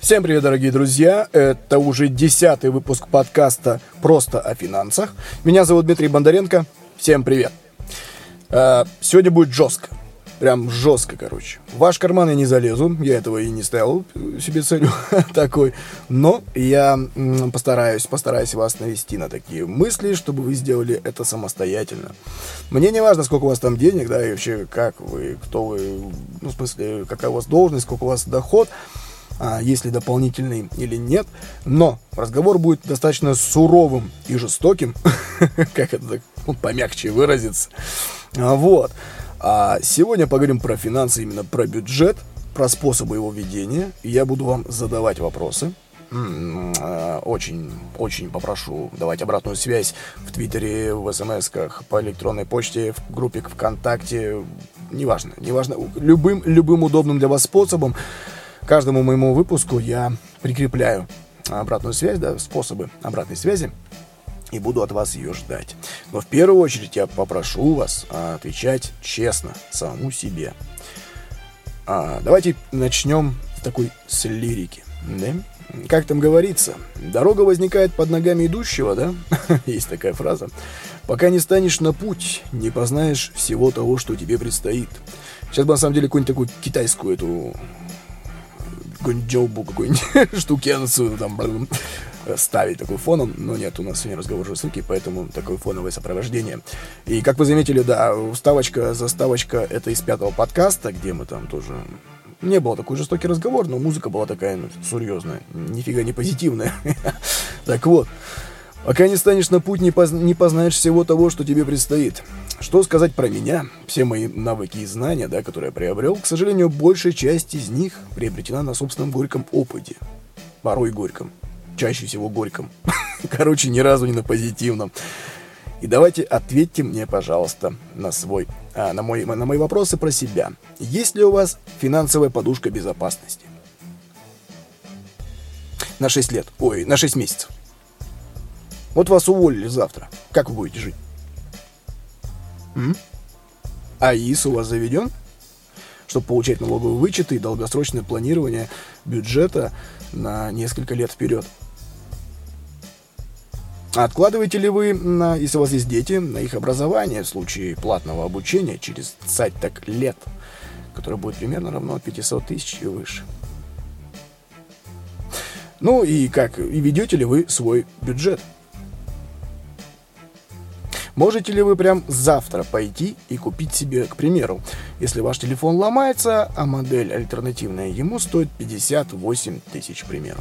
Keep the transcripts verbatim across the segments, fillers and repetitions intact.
Всем привет, дорогие друзья! Это уже десятый выпуск подкаста «Просто о финансах». Меня зовут Дмитрий Бондаренко. Всем привет! Сегодня будет жестко. Прям жестко, короче. В ваш карман я не залезу. Я этого и не ставил себе целью такой. Но я постараюсь, постараюсь вас навести на такие мысли, чтобы вы сделали это самостоятельно. Мне не важно, сколько у вас там денег, да, и вообще, как вы, кто вы, ну, в смысле, какая у вас должность, сколько у вас доход, а, есть ли дополнительный или нет. Но разговор будет достаточно суровым и жестоким, как это так, ну, помягче выразиться. Вот. А сегодня поговорим про финансы, именно про бюджет, про способы его ведения. И я буду вам задавать вопросы. Очень, очень попрошу давать обратную связь в Твиттере, в СМС-ках, по электронной почте, в группе ВКонтакте. Неважно, неважно. Любым, любым удобным для вас способом. Каждому моему выпуску я прикрепляю обратную связь, да, способы обратной связи. И буду от вас ее ждать. Но в первую очередь я попрошу вас а, отвечать честно самому себе. А, давайте начнем с такой с лирики. Да? Как там говорится, дорога возникает под ногами идущего, да? Есть такая фраза. Пока не станешь на путь, не познаешь всего того, что тебе предстоит. Сейчас бы на самом деле какую-нибудь такую китайскую эту какую-нибудь джоубу, какую-нибудь штукенцию там ставить такой фоном, но нет, у нас сегодня разговор жестокий, поэтому такое фоновое сопровождение. И как вы заметили, да, вставочка, заставочка, это из пятого подкаста, где мы там тоже... Не было такой жестокий разговор, но музыка была такая, ну, серьезная, нифига не позитивная. Так вот, пока не станешь на путь, не, поз... не познаешь всего того, что тебе предстоит. Что сказать про меня? Все мои навыки и знания, да, которые я приобрел, к сожалению, большая часть из них приобретена на собственном горьком опыте. Порой горьком. Чаще всего горьком. Короче, ни разу не на позитивном. И давайте ответьте мне, пожалуйста, на свой, а, на, мой, на мои вопросы про себя. Есть ли у вас финансовая подушка безопасности? На шесть лет. Ой, на шесть месяцев. Вот вас уволили завтра. Как вы будете жить? М? АИС у вас заведен? Чтобы получать налоговые вычеты и долгосрочное планирование бюджета на несколько лет вперед. Откладываете ли вы, на, если у вас есть дети, на их образование в случае платного обучения через цать-так лет, которое будет примерно равно пятьсот тысяч и выше? Ну и как, и ведете ли вы свой бюджет? Можете ли вы прям завтра пойти и купить себе, к примеру, если ваш телефон ломается, а модель альтернативная ему стоит пятьдесят восемь тысяч, к примеру?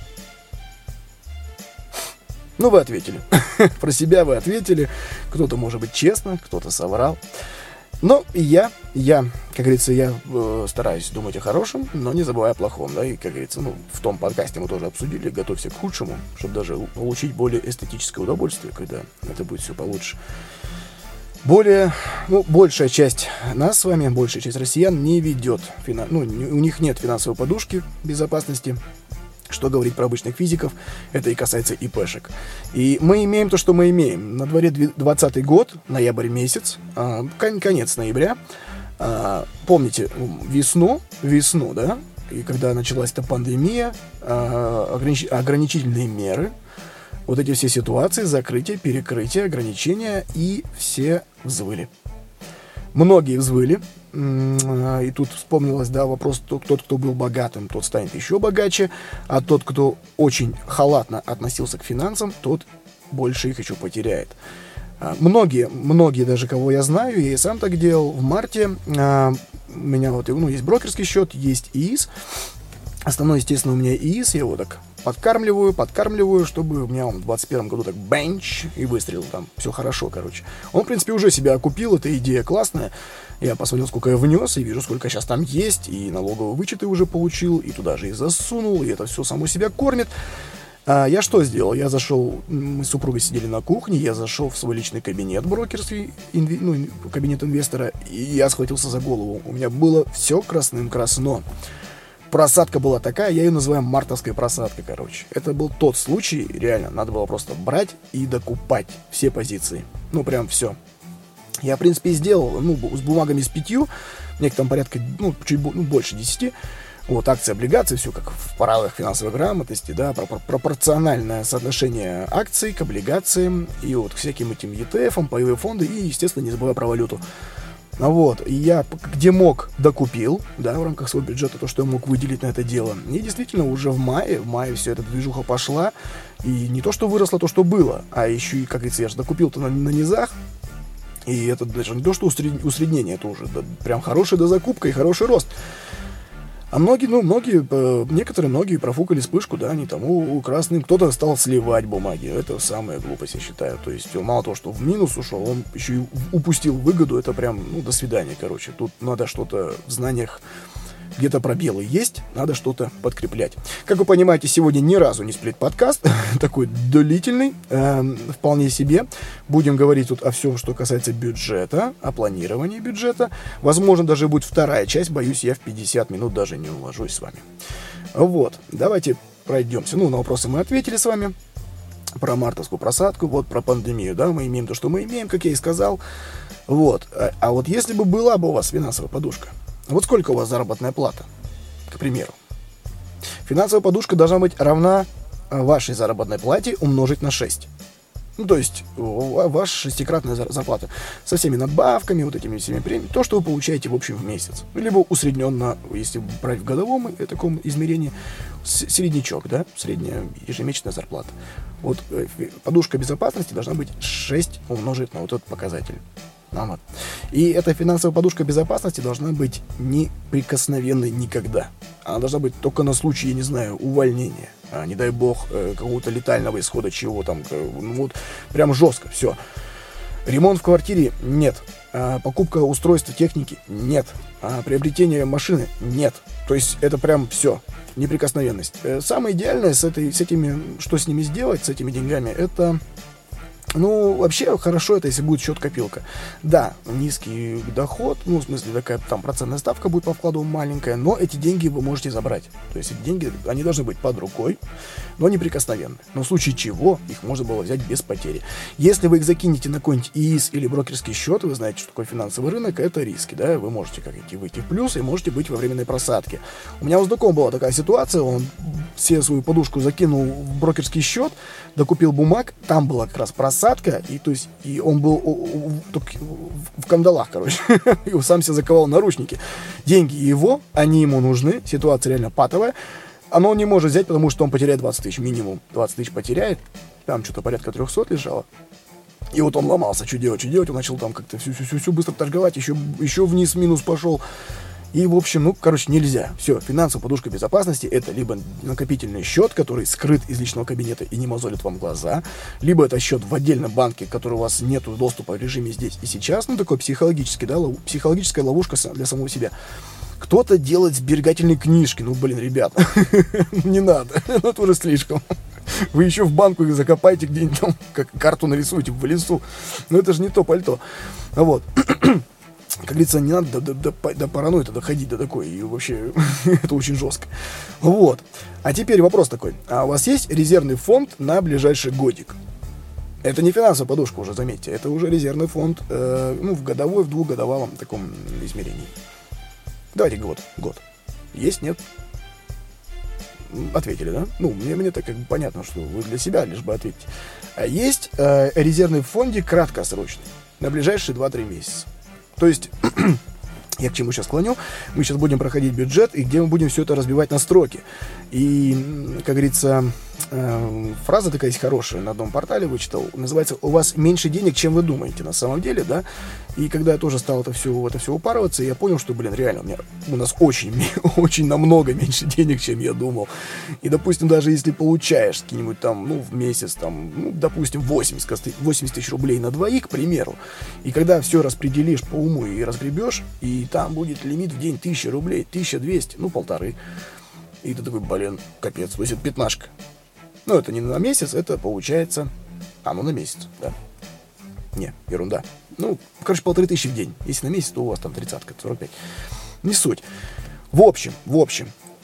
Ну, вы ответили. Про себя вы ответили. Кто-то, может быть, честно, кто-то соврал. Но я, я, как говорится, я э, стараюсь думать о хорошем, но не забывая о плохом, да, и, как говорится, ну, в том подкасте мы тоже обсудили, готовься к худшему, чтобы даже получить более эстетическое удовольствие, когда это будет все получше. Более, ну, большая часть нас с вами, большая часть россиян не ведет, фина, ну, у них нет финансовой подушки безопасности. Что говорить про обычных физиков, это и касается ИПшек. И мы имеем то, что мы имеем. На дворе двадцатый год, ноябрь месяц, э, конец ноября. Э, помните, весну, весну, да, и когда началась эта пандемия, э, огранич... ограничительные меры, вот эти все ситуации, закрытие, перекрытие, ограничения, и все взвыли. Многие взвыли. И тут вспомнилось, да, вопрос, тот, кто был богатым, тот станет еще богаче, а тот, кто очень халатно относился к финансам, тот больше их еще потеряет. Многие, многие даже, кого я знаю, я и сам так делал, в марте у меня вот, ну, есть брокерский счет, есть ИИС. Основной, естественно, у меня ИИС, я его так подкармливаю, подкармливаю, чтобы у меня он в двадцать первом году так бенч и выстрелил там, все хорошо, короче. Он, в принципе, уже себя окупил, эта идея классная. Я посмотрел, сколько я внес, и вижу, сколько сейчас там есть, и налоговые вычеты уже получил, и туда же и засунул, и это все само себя кормит. А я что сделал? Я зашел, мы с супругой сидели на кухне, я зашел в свой личный кабинет брокерский, инве, ну, кабинет инвестора, и я схватился за голову. У меня было все красным-красно. Просадка была такая, я ее называю мартовской просадкой, короче. Это был тот случай, реально, надо было просто брать и докупать все позиции. Ну, прям все. Я, в принципе, сделал, ну, с бумагами с пятью, мне их там порядка, ну, чуть ну, больше десяти. Вот, акции, облигации, все как в правилах финансовой грамотности, да, пропор- пропорциональное соотношение акций к облигациям и вот к всяким этим и ти эф, паевые фонды и, естественно, не забывая про валюту. Вот, и я где мог докупил, да, в рамках своего бюджета, то, что я мог выделить на это дело. И действительно, уже в мае, в мае все эта движуха пошла, и не то, что выросло то, что было, а еще и, как говорится, я же докупил-то на, на низах, и это даже не то, что усред... усреднение, это уже да, прям хорошая дозакупка и хороший рост. А многие, ну, многие, э, некоторые, многие профукали вспышку, да, они там у, у красным, кто-то стал сливать бумаги, это самая глупость, я считаю, то есть он мало того, что в минус ушел, он еще и упустил выгоду, это прям, ну, до свидания, короче, тут надо что-то в знаниях, где-то пробелы есть, надо что-то подкреплять. Как вы понимаете, сегодня ни разу не сплит-подкаст, такой длительный, э, вполне себе. Будем говорить тут о всем, что касается бюджета, о планировании бюджета. Возможно, даже будет вторая часть, боюсь, я в пятьдесят минут даже не уложусь с вами. Вот, давайте пройдемся. Ну, на вопросы мы ответили с вами. Про мартовскую просадку, вот про пандемию, да, мы имеем то, что мы имеем, как я и сказал. Вот, а, а вот если бы была бы у вас финансовая подушка, вот сколько у вас заработная плата, к примеру. Финансовая подушка должна быть равна вашей заработной плате умножить на шесть. Ну, то есть, ваша шестикратная зарплата со всеми надбавками, вот этими всеми премиями, то, что вы получаете в общем в месяц. Либо усредненно, если брать в годовом таком измерении, среднячок, да, средняя ежемесячная зарплата. Вот подушка безопасности должна быть шесть умножить на вот этот показатель. Вот. И эта финансовая подушка безопасности должна быть неприкосновенной никогда. Она должна быть только на случай, я не знаю, увольнения, а, не дай бог, э, какого-то летального исхода, чего там, э, ну, вот, прям жестко, все. Ремонт в квартире – нет. А, покупка устройства техники – нет. А, приобретение машины – нет. То есть это прям все, неприкосновенность. Э, самое идеальное с, этой, с этими, что с ними сделать, с этими деньгами, это... Ну, вообще хорошо это, если будет счет-копилка. Да, низкий доход, ну, в смысле, такая там процентная ставка будет по вкладу маленькая, но эти деньги вы можете забрать. То есть эти деньги, они должны быть под рукой, но неприкосновенны. Но в случае чего их можно было взять без потери. Если вы их закинете на какой-нибудь ИИС или брокерский счет, вы знаете, что такое финансовый рынок, это риски, да, вы можете как идти выйти в плюс и можете быть во временной просадке. У меня у знакомого была такая ситуация, он все свою подушку закинул в брокерский счет, докупил бумаг, там была как раз просадка, и то есть и он был в кандалах, короче, и сам себе заковал наручники. Деньги его, они ему нужны, ситуация реально патовая, но он не может взять, потому что он потеряет двадцать тысяч, минимум двадцать тысяч потеряет, там что-то порядка триста лежало. И вот он ломался, что делать, что делать, он начал там как-то всю-всю-всю быстро торговать, еще, еще вниз минус пошел. И, в общем, ну, короче, нельзя. Все, финансовая подушка безопасности – это либо накопительный счет, который скрыт из личного кабинета и не мозолит вам глаза, либо это счет в отдельном банке, который у вас нет доступа в режиме здесь и сейчас, ну, такой психологический, да, лов... психологическая ловушка для самого себя. Кто-то делает сберегательные книжки, ну, блин, ребят, не надо, ну, это уже слишком. Вы еще в банку их закопаете где-нибудь там, как карту нарисуете в лесу, ну, это же не то пальто. Вот. Как говорится, не надо до, до, до, до паранойи доходить до такой, и вообще это очень жестко. Вот. А теперь вопрос такой. А у вас есть резервный фонд на ближайший годик? Это не финансовая подушка уже, заметьте. Это уже резервный фонд, э, ну, в годовой, в двухгодовалом таком измерении. Давайте год. Год. Есть, нет? Ответили, да? Ну, мне, мне так как бы понятно, что вы для себя лишь бы ответите. А есть э, резервный фонд краткосрочный на ближайшие два-три месяца. То есть, я к чему сейчас клоню, мы сейчас будем проходить бюджет, и где мы будем все это разбивать на строки. И, как говорится, э, фраза такая есть хорошая, на одном портале вычитал, называется «У вас меньше денег, чем вы думаете», на самом деле, да. И когда я тоже стал это все, это все упарываться, я понял, что, блин, реально, у, меня, у нас очень, очень намного меньше денег, чем я думал. И, допустим, даже если получаешь какие-нибудь там, ну, в месяц, там, ну, допустим, восемьдесят тысяч рублей на двоих, к примеру, и когда все распределишь по уму и разгребешь, и там будет лимит в день тысяча рублей, тысяча двести, ну, полторы. И ты такой, блин, капец, то есть это пятнашка. Ну, это не на месяц, это получается... А, ну на месяц, да. Не, ерунда. Ну, короче, полторы тысячи в день. Если на месяц, то у вас там тридцатка, сорок пять. Не суть. В общем, в общем,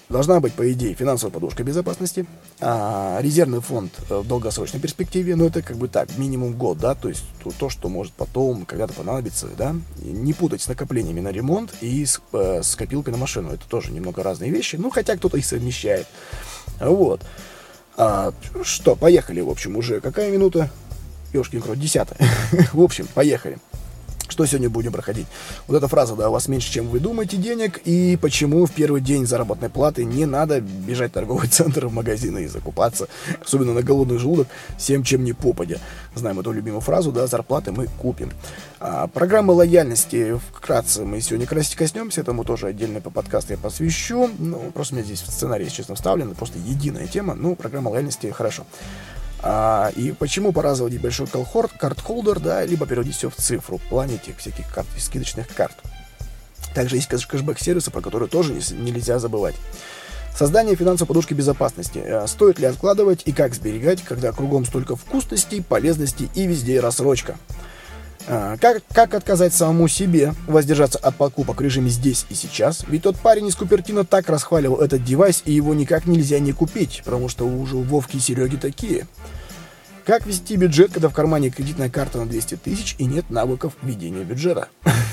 должна быть, по идее, финансовая подушка безопасности, а, резервный фонд в долгосрочной перспективе, ну, это как бы так, минимум год, да, то есть то, то что может потом когда-то понадобиться, да, не путать с накоплениями на ремонт и с, э, с копилкой на машину, это тоже немного разные вещи, ну, хотя кто-то их совмещает, вот. А, что, поехали, в общем, уже какая минута? Ёшкин крот, десятая. В общем, поехали. Что сегодня будем проходить? Вот эта фраза, да, у вас меньше, чем вы думаете, денег, и почему в первый день заработной платы не надо бежать в торговый центр, в магазины и закупаться, особенно на голодный желудок, всем чем не попадя. Знаем эту любимую фразу, да, зарплаты мы купим. А, программы лояльности, вкратце мы сегодня коснемся, этому тоже отдельно по подкасту я посвящу, ну, просто у меня здесь в сценарии, честно, вставлена, просто единая тема, ну, программа лояльности хорошо. А, и почему пора заводить большой карт-холдер, да, либо переводить все в цифру в плане этих всяких карт, скидочных карт. Также есть кэшбэк-сервисы, про которые тоже нельзя забывать. Создание финансовой подушки безопасности. Стоит ли откладывать и как сберегать, когда кругом столько вкусностей, полезностей и везде рассрочка? А, как, как отказать самому себе воздержаться от покупок в режиме здесь и сейчас? Ведь тот парень из Купертино так расхваливал этот девайс, и его никак нельзя не купить, потому что уже у Вовки и Сереги такие. Как вести бюджет, когда в кармане кредитная карта на двести тысяч и нет навыков ведения бюджета?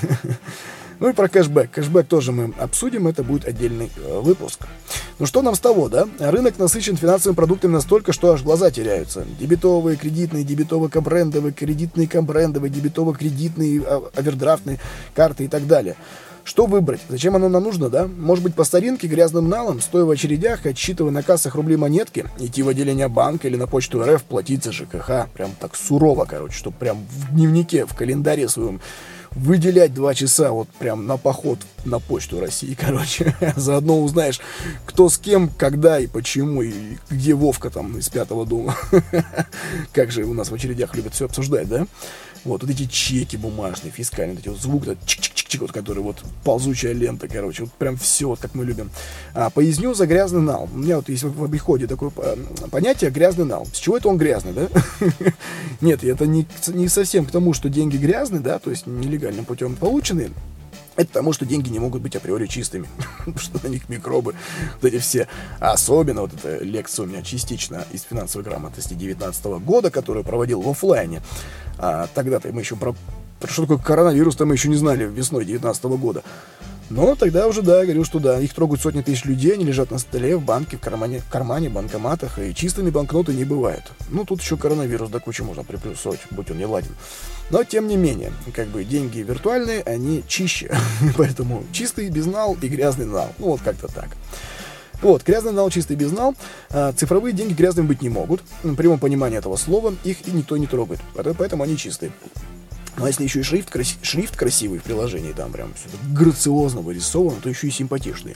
Ну и про кэшбэк. Кэшбэк тоже мы обсудим, это будет отдельный э, выпуск. Ну что нам с того, да? Рынок насыщен финансовыми продуктами настолько, что аж глаза теряются. Дебетовые, кредитные, дебетово-кабрендовые, кредитные, кабрендовые, дебетово-кредитные, овердрафтные карты и так далее. Что выбрать? Зачем оно нам нужно, да? Может быть, по старинке, грязным налом, стоя в очередях, отсчитывая на кассах рубли монетки, идти в отделение банка или на почту РФ, платить за ЖКХ. Прям так сурово, короче, чтобы прям в дневнике, в календаре своем выделять два часа вот прям на поход на почту России, короче. Заодно узнаешь, кто с кем, когда и почему, и где Вовка там из пятого дома. Как же у нас в очередях любят все обсуждать, да? Вот, вот эти чеки бумажные, фискальные, вот эти вот звук, да, чик-чик-чик, вот, который вот ползучая лента, короче, вот прям все, вот как мы любим. А, поясню за грязный нал. У меня вот есть в обиходе такое понятие грязный нал. С чего это он грязный, да? Нет, это не, не совсем к тому, что деньги грязные, да, то есть нелегальным путем полученные. Это потому, что деньги не могут быть априори чистыми, потому что на них микробы, вот эти все. А особенно вот эта лекция у меня частично из финансовой грамотности девятнадцатого года, которую проводил в офлайне. А тогда-то мы еще про, про что такое коронавирус-то мы еще не знали весной девятнадцатого года. Но тогда уже, да, говорил, что да, их трогают сотни тысяч людей, они лежат на столе, в банке, в кармане, в кармане, банкоматах, и чистыми банкноты не бывает. Ну, тут еще коронавирус до кучи можно приплюсовать, будь он не ладен. Но, тем не менее, как бы деньги виртуальные, они чище. Поэтому чистый безнал и грязный нал. Ну, вот как-то так. Вот, грязный нал, чистый безнал. А, цифровые деньги грязными быть не могут. В прямом понимании этого слова их и никто не трогает. Поэтому они чистые. Ну, а если еще и шрифт, краси... шрифт красивый в приложении, там прям все грациозно вырисовано, то еще и симпатичный.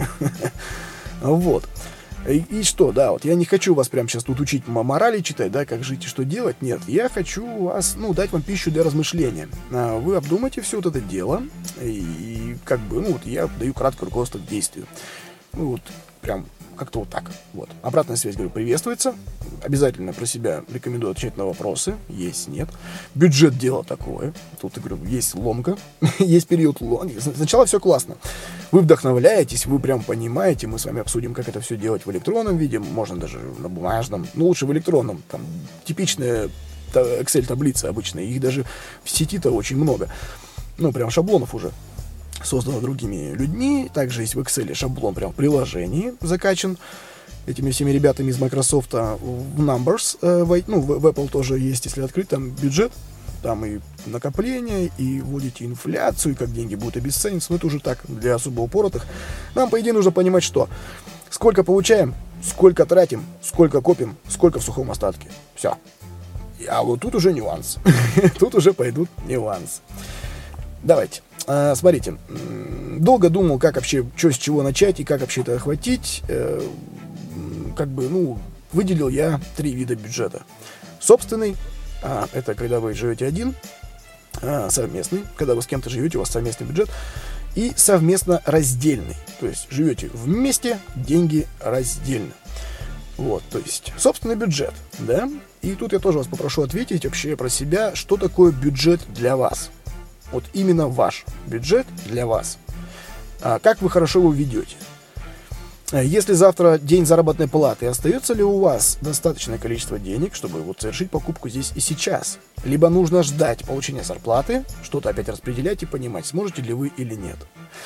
Вот. И, и что, да, вот я не хочу вас прямо сейчас тут учить морали читать, да, как жить и что делать. Нет, я хочу вас, ну, дать вам пищу для размышления. А вы обдумайте все вот это дело, и, и как бы, ну, вот я даю краткое руководство к действию. Ну, вот, прям как-то вот так. Вот. Обратная связь, говорю, приветствуется. Обязательно про себя рекомендую отвечать на вопросы. Есть, нет. Бюджет — дело такое. Тут, я говорю, есть ломка, есть период ломки. Сначала все классно. Вы вдохновляетесь, вы прям понимаете. Мы с вами обсудим, как это все делать в электронном виде. Можно даже на бумажном. Ну, лучше в электронном. Там типичная Excel-таблица обычная. Их даже в сети-то очень много. Ну, прям шаблонов уже создано другими людьми. Также есть в Excel шаблон прям в приложении закачан этими всеми ребятами из Microsoft. В Numbers, э, в, ну, в, в Apple тоже есть, если открыть, там бюджет, там и накопление, и вводите инфляцию, и как деньги будут обесцениваться. Но это уже так, для особо упоротых. Нам, по идее, нужно понимать, что сколько получаем, сколько тратим, сколько копим, сколько в сухом остатке. Все. А вот тут уже нюанс. Тут уже пойдут нюансы. Давайте. А, смотрите, долго думал, как вообще, что с чего начать и как вообще это охватить. Э, как бы, ну, выделил я три вида бюджета. Собственный, а, это когда вы живете один, а, совместный, когда вы с кем-то живете, у вас совместный бюджет, и совместно раздельный. То есть живете вместе, деньги раздельно. Вот, то есть собственный бюджет, да. И тут я тоже вас попрошу ответить вообще про себя, что такое бюджет для вас. Вот именно ваш бюджет для вас. А как вы хорошо его ведете? Если завтра день заработной платы, остается ли у вас достаточное количество денег, чтобы вот совершить покупку здесь и сейчас? Либо нужно ждать получения зарплаты, что-то опять распределять и понимать, сможете ли вы или нет.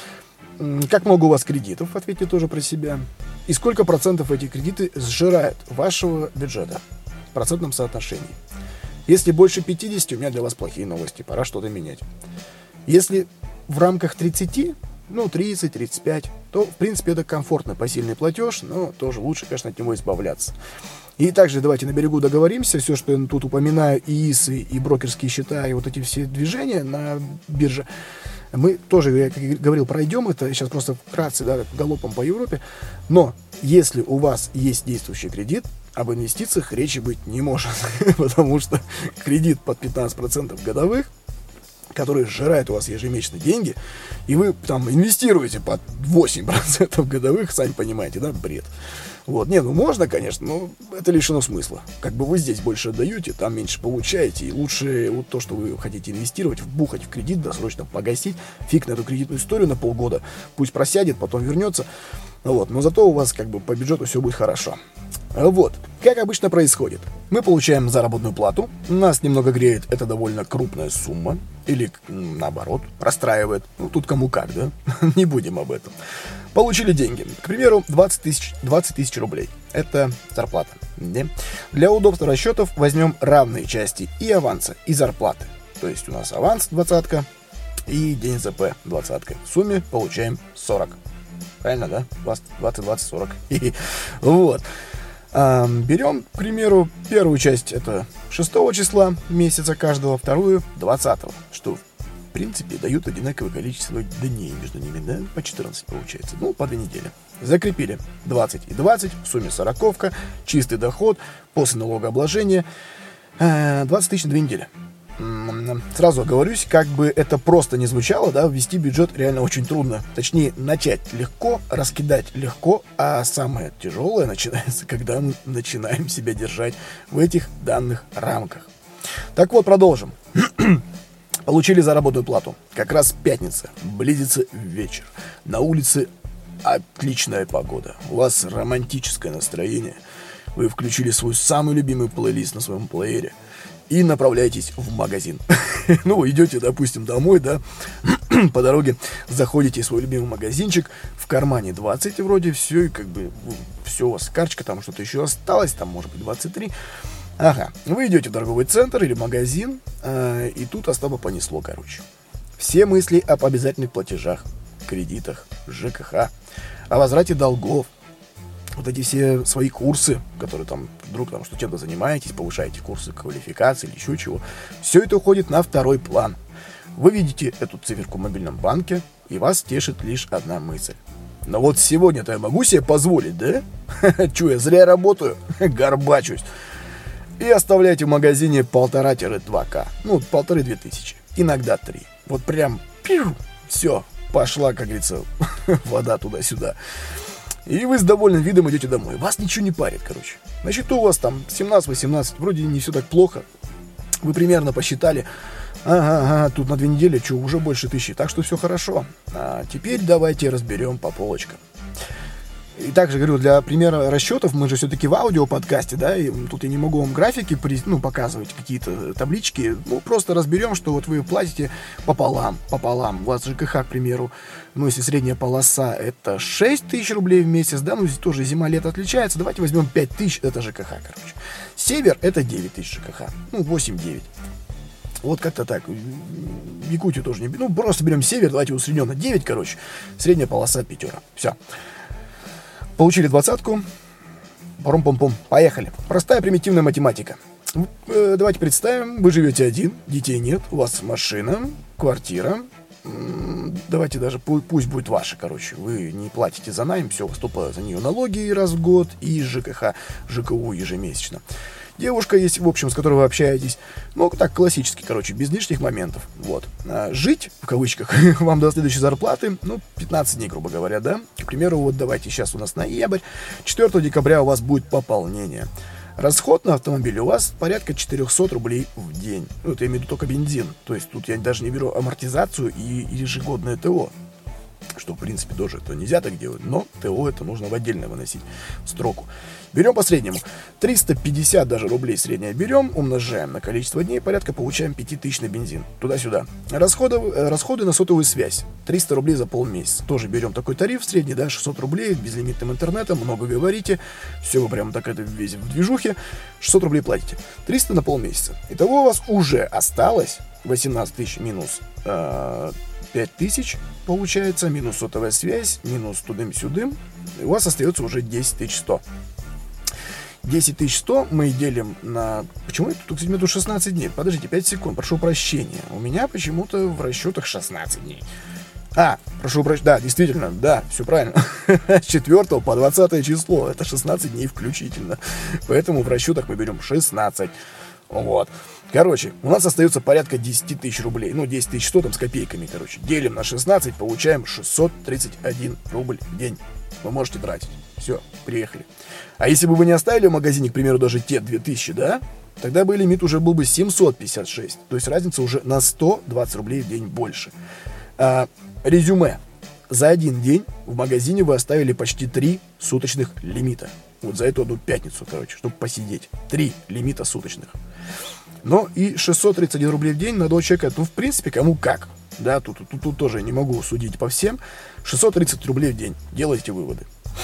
Как много у вас кредитов, ответьте тоже про себя. И сколько процентов эти кредиты сжирают вашего бюджета в процентном соотношении. Если больше пятьдесят, у меня для вас плохие новости, пора что-то менять. Если в рамках тридцати, ну тридцать тридцать пять, то в принципе это комфортный посильный платеж, но тоже лучше, конечно, от него избавляться. И также давайте на берегу договоримся, все, что я тут упоминаю, и ИИСы, и брокерские счета, и вот эти все движения на бирже, мы тоже, я как говорил, пройдем это, сейчас просто вкратце, да, галопом по Европе, но если у вас есть действующий кредит, об инвестициях речи быть не может, потому что кредит под пятнадцать процентов годовых, который сжирает у вас ежемесячно деньги, и вы там инвестируете под восемь процентов годовых, сами понимаете, да, бред. Вот, не, ну можно, конечно, но это лишено смысла. Как бы вы здесь больше отдаете, там меньше получаете, и лучше вот то, что вы хотите инвестировать, вбухать в кредит, досрочно погасить, фиг на эту кредитную историю на полгода, пусть просядет, потом вернется, вот, но зато у вас как бы по бюджету все будет хорошо. Вот, как обычно происходит. Мы получаем заработную плату, нас немного греет, это довольно крупная сумма, или наоборот, расстраивает, ну тут кому как, да, не будем об этом. Получили деньги, к примеру, двадцать тысяч рублей, это зарплата. Не? Для удобства расчетов возьмем равные части и аванса, и зарплаты. То есть у нас аванс двадцатка и день ЗП двадцатка. В сумме получаем сорок. Правильно, да? двадцать, двадцать, сорок. Вот. А, берем, к примеру, первую часть, это шестого числа месяца каждого, вторую двадцатого, что в принципе дают одинаковое количество дней между ними, да, по четырнадцать получается, ну, по две недели. Закрепили двадцать и двадцать, в сумме сороковка, чистый доход, после налогообложения, двадцать тысяч на две недели. Сразу оговорюсь, как бы это просто не звучало, да, ввести бюджет реально очень трудно. Точнее, начать легко, раскидать легко, а самое тяжелое начинается, когда мы начинаем себя держать в этих данных рамках. Так вот, продолжим. Получили заработную плату. Как раз пятница, близится вечер. На улице отличная погода. У вас романтическое настроение. Вы включили свой самый любимый плейлист на своем плеере и направляетесь в магазин. Ну, идете, допустим, домой, да, по дороге заходите в свой любимый магазинчик, в кармане двадцать вроде, все, и как бы все у вас карточка, там что-то еще осталось, там может быть двадцать три. Ага, вы идете в торговый центр или магазин, э, и тут Остапа понесло, короче. Все мысли об обязательных платежах, кредитах, ЖКХ, о возврате долгов, вот эти все свои курсы, которые там вдруг там что чем-то занимаетесь, повышаете курсы квалификации или еще чего, все это уходит на второй план. Вы видите эту циферку в мобильном банке, и вас тешит лишь одна мысль. Но вот сегодня-то я могу себе позволить, да? Че, я зря работаю? Горбачусь. И оставляйте в магазине полтора-два ка. Ну, полторы-две тысячи. Иногда три. Вот прям, пиу, все, пошла, как говорится, вода туда-сюда. И вы с довольным видом идете домой. Вас ничего не парит, короче. Значит, у вас там семнадцать-восемнадцать, вроде не все так плохо. Вы примерно посчитали, ага, ага, тут на две недели, что, уже больше тысячи. Так что все хорошо. А теперь давайте разберем по полочкам. И также говорю, для примера расчетов, мы же все-таки в аудиоподкасте, да, и тут я не могу вам графики, ну, показывать, какие-то таблички, ну, просто разберем, что вот вы платите пополам, пополам, у вас ЖКХ, к примеру, ну, если средняя полоса, это шесть тысяч рублей в месяц, да, ну, здесь тоже зима-лето отличается, давайте возьмем пять тысяч, это ЖКХ, короче. Север, это девять тысяч ЖКХ, ну, восемь-девять. Вот как-то так. Якутию тоже не берем, ну, просто берем север, давайте усредненно девять, короче, средняя полоса пятера, все. Получили двадцатку. Паром-пом-пом. Поехали. Простая примитивная математика. Э, давайте представим, вы живете один, детей нет, у вас машина, квартира. М-м, давайте даже пу- пусть будет ваша, короче. Вы не платите за найм, все, вступают за нее налоги раз в год и ЖКХ, ЖКУ ежемесячно. Девушка есть, в общем, с которой вы общаетесь. Ну, так, классически, короче, без лишних моментов. Вот. А жить, в кавычках, вам до следующей зарплаты, ну, пятнадцать дней, грубо говоря, да? К примеру, вот давайте, сейчас у нас ноябрь, четвёртого декабря у вас будет пополнение. Расход на автомобиль у вас порядка четыреста рублей в день. Ну, это я имею в виду только бензин. То есть тут я даже не беру амортизацию и ежегодное ТО. Что, в принципе, тоже это нельзя так делать, но ТО это нужно в отдельно выносить строку. Берем по среднему. триста пятьдесят даже рублей среднее берем, умножаем на количество дней, порядка получаем пять тысяч на бензин. Туда-сюда. Расходы, расходы на сотовую связь. триста рублей за полмесяца. Тоже берем такой тариф средний, да, шестьсот рублей, безлимитным интернетом, много говорите. Все, вы прям так это весь в движухе. шестьсот рублей платите. триста на полмесяца. Итого у вас уже осталось восемнадцать тысяч минус э, пять тысяч, получается, минус сотовая связь, минус тудым-сюдым. И у вас остается уже десять тысяч сто. десять тысяч сто мы делим на... Почему это тут, тут шестнадцать дней? Подождите, пять секунд, прошу прощения. У меня почему-то в расчетах шестнадцать дней. А, прошу прощения, да, действительно, да, все правильно. С четвёртого по двадцатое число, это шестнадцать дней включительно. Поэтому в расчетах мы берем шестнадцать. Вот. Короче, у нас остается порядка десять тысяч рублей. Ну, десять тысяч сто там с копейками, короче. Делим на шестнадцать, получаем шестьсот тридцать один рубль в день. Вы можете тратить. Все, приехали. А если бы вы не оставили в магазине, к примеру, даже те две тысячи, да, тогда бы лимит уже был бы семьсот пятьдесят шесть. То есть разница уже на сто двадцать рублей в день больше. А, резюме. За один день в магазине вы оставили почти три суточных лимита. Вот за эту одну пятницу, короче, чтобы посидеть. Три лимита суточных. Но и шестьсот тридцать один рублей в день на одного человека, ну, в принципе, кому как. Да, тут, тут, тут тоже не могу судить по всем. шестьсот тридцать рублей в день. Делайте выводы.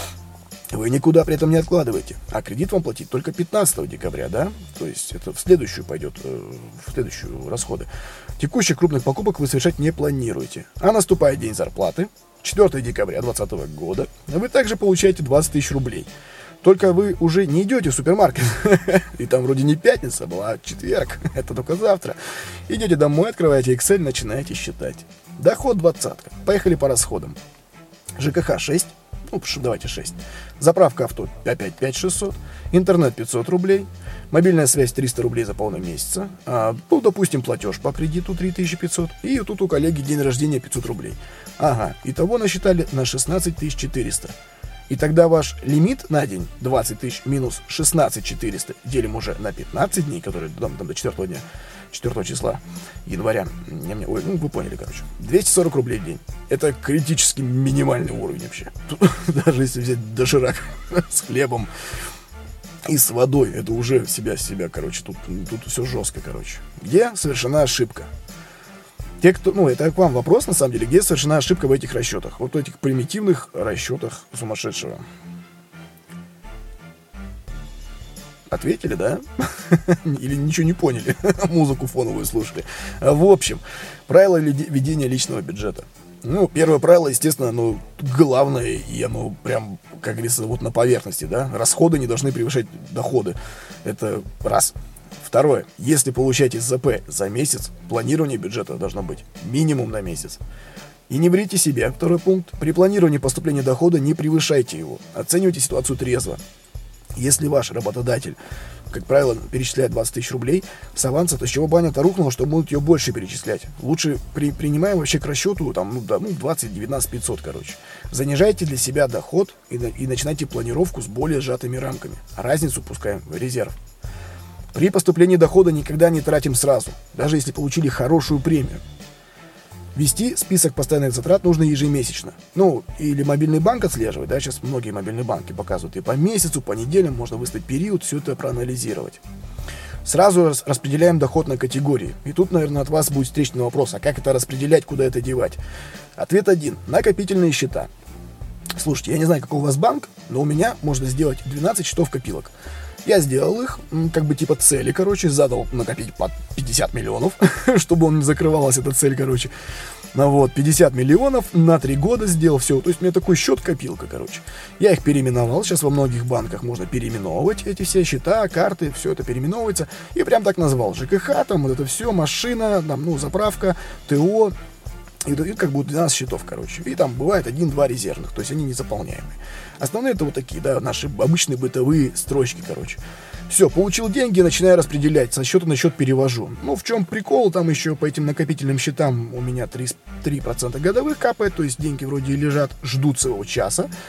Вы никуда при этом не откладываете. А кредит вам платить только пятнадцатого декабря, да? То есть это в следующую пойдет, в следующую расходы. Текущих крупных покупок вы совершать не планируете. А наступает день зарплаты, четвёртого декабря двадцатого года. Вы также получаете двадцать тысяч рублей. Только вы уже не идете в супермаркет. И там вроде не пятница была, а четверг. Это только завтра. Идете домой, открываете Excel, начинаете считать. Доход двадцатка. Поехали по расходам. ЖКХ шесть. Ну, давайте шесть. Заправка авто опять пять тысяч шестьсот. Интернет пятьсот рублей. Мобильная связь триста рублей за полмесяца. А, ну, допустим, платеж по кредиту три тысячи пятьсот. И тут у коллеги день рождения пятьсот рублей. Ага, итого насчитали на шестнадцать тысяч четыреста. И тогда ваш лимит на день двадцать тысяч минус шестнадцать тысяч четыреста делим уже на пятнадцать дней, которые там, там до четвёртого дня, четвёртого числа января. Ой, ну вы поняли, короче. двести сорок рублей в день. Это критически минимальный уровень вообще. Тут, даже если взять доширак с хлебом и с водой, это уже себя себя, короче, тут, тут все жестко, короче. Где совершена ошибка? Те, кто, ну, это к вам вопрос, на самом деле, где совершена ошибка в этих расчетах? Вот в этих примитивных расчетах сумасшедшего. Ответили, да? Или ничего не поняли? Музыку фоновую слушали. В общем, правила ведения личного бюджета. Ну, первое правило, естественно, оно главное, и оно прям, как говорится, вот на поверхности, да? Расходы не должны превышать доходы. Это раз. Второе. Если получаете ЗП за месяц, планирование бюджета должно быть минимум на месяц. И не врите себе. Второй пункт. При планировании поступления дохода не превышайте его. Оценивайте ситуацию трезво. Если ваш работодатель, как правило, перечисляет двадцать тысяч рублей с аванса, то с чего баня-то рухнула, что будут ее больше перечислять? Лучше при, принимаем вообще к расчету там, ну, да, ну, двадцать, девятнадцать, пятьсот, короче. Занижайте для себя доход и, и начинайте планировку с более сжатыми рамками. Разницу пускаем в резерв. При поступлении дохода никогда не тратим сразу, даже если получили хорошую премию. Вести список постоянных затрат нужно ежемесячно. Ну, или мобильный банк отслеживать, да, сейчас многие мобильные банки показывают и по месяцу, по неделям, можно выставить период, все это проанализировать. Сразу распределяем доход на категории. И тут, наверное, от вас будет встречный вопрос, а как это распределять, куда это девать? Ответ один. Накопительные счета. Слушайте, я не знаю, какой у вас банк, но у меня можно сделать двенадцать счетов копилок. Я сделал их, как бы типа цели, короче, задал накопить под пятьдесят миллионов, чтобы он не закрывалась, эта цель, короче. Ну вот, пятьдесят миллионов на три года сделал все. То есть у меня такой счет-копилка, короче. Я их переименовал, сейчас во многих банках можно переименовывать эти все счета, карты, все это переименовывается. И прям так назвал. ЖКХ, там вот это все, машина, там, ну, заправка, ТО. И дают как бы двенадцать счетов, короче. И там бывает один-два резервных, то есть они не заполняемые. Основные это вот такие, да, наши обычные бытовые строчки, короче. Все, получил деньги, начинаю распределять, со счета на счет перевожу. Ну, в чем прикол, там еще по этим накопительным счетам у меня три процента годовых капает, то есть деньги вроде лежат, ждут своего часа.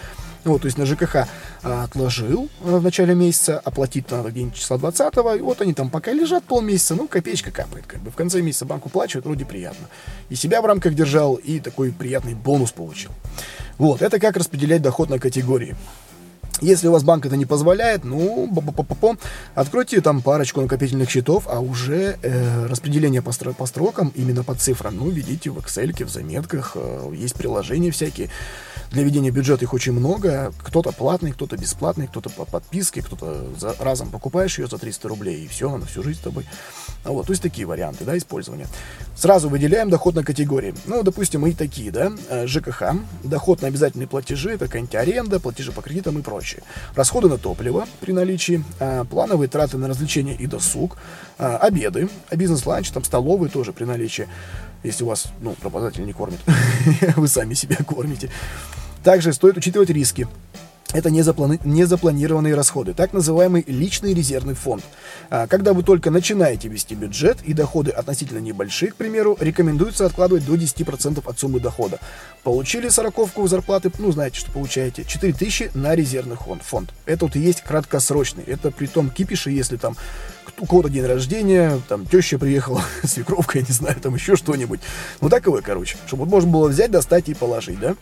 Ну, вот, то есть на ЖКХ а, отложил а, в начале месяца, оплатить надо где-нибудь числа двадцатого, и вот они там пока лежат полмесяца, ну, копеечка капает, как бы. В конце месяца банк уплачивает, вроде приятно. И себя в рамках держал, и такой приятный бонус получил. Вот, это как распределять доход на категории. Если у вас банк это не позволяет, ну, по-по-по-по, откройте там парочку накопительных счетов, а уже э, распределение по, стро- по строкам, именно по цифрам, ну, ведите в Excel, в заметках, э, есть приложения всякие. Для ведения бюджета их очень много. Кто-то платный, кто-то бесплатный, кто-то по подписке, кто-то за, разом покупаешь ее за триста рублей, и все, она всю жизнь с тобой. А вот, то есть такие варианты, да, использования. Сразу выделяем доход на категории. Ну, допустим, и такие, да, ЖКХ, доход на обязательные платежи, это какая-нибудь аренда, платежи по кредитам и прочее. Расходы на топливо при наличии, а, плановые траты на развлечения и досуг, а, обеды, а бизнес-ланч, там, столовые тоже при наличии, если у вас, ну, работодатель не кормит, вы сами себя кормите. Также стоит учитывать риски. Это незаплани- незапланированные расходы, так называемый личный резервный фонд. А, когда вы только начинаете вести бюджет и доходы относительно небольшие, к примеру, рекомендуется откладывать до десять процентов от суммы дохода. Получили сороковку зарплаты, ну, знаете, что получаете, четыре тысячи на резервный фонд. фонд. Это вот и есть краткосрочный. Это при том кипише, если там у кого-то день рождения, там теща приехала, свекровка, я не знаю, там еще что-нибудь. Ну, таковое, короче, чтобы вот можно было взять, достать и положить, да?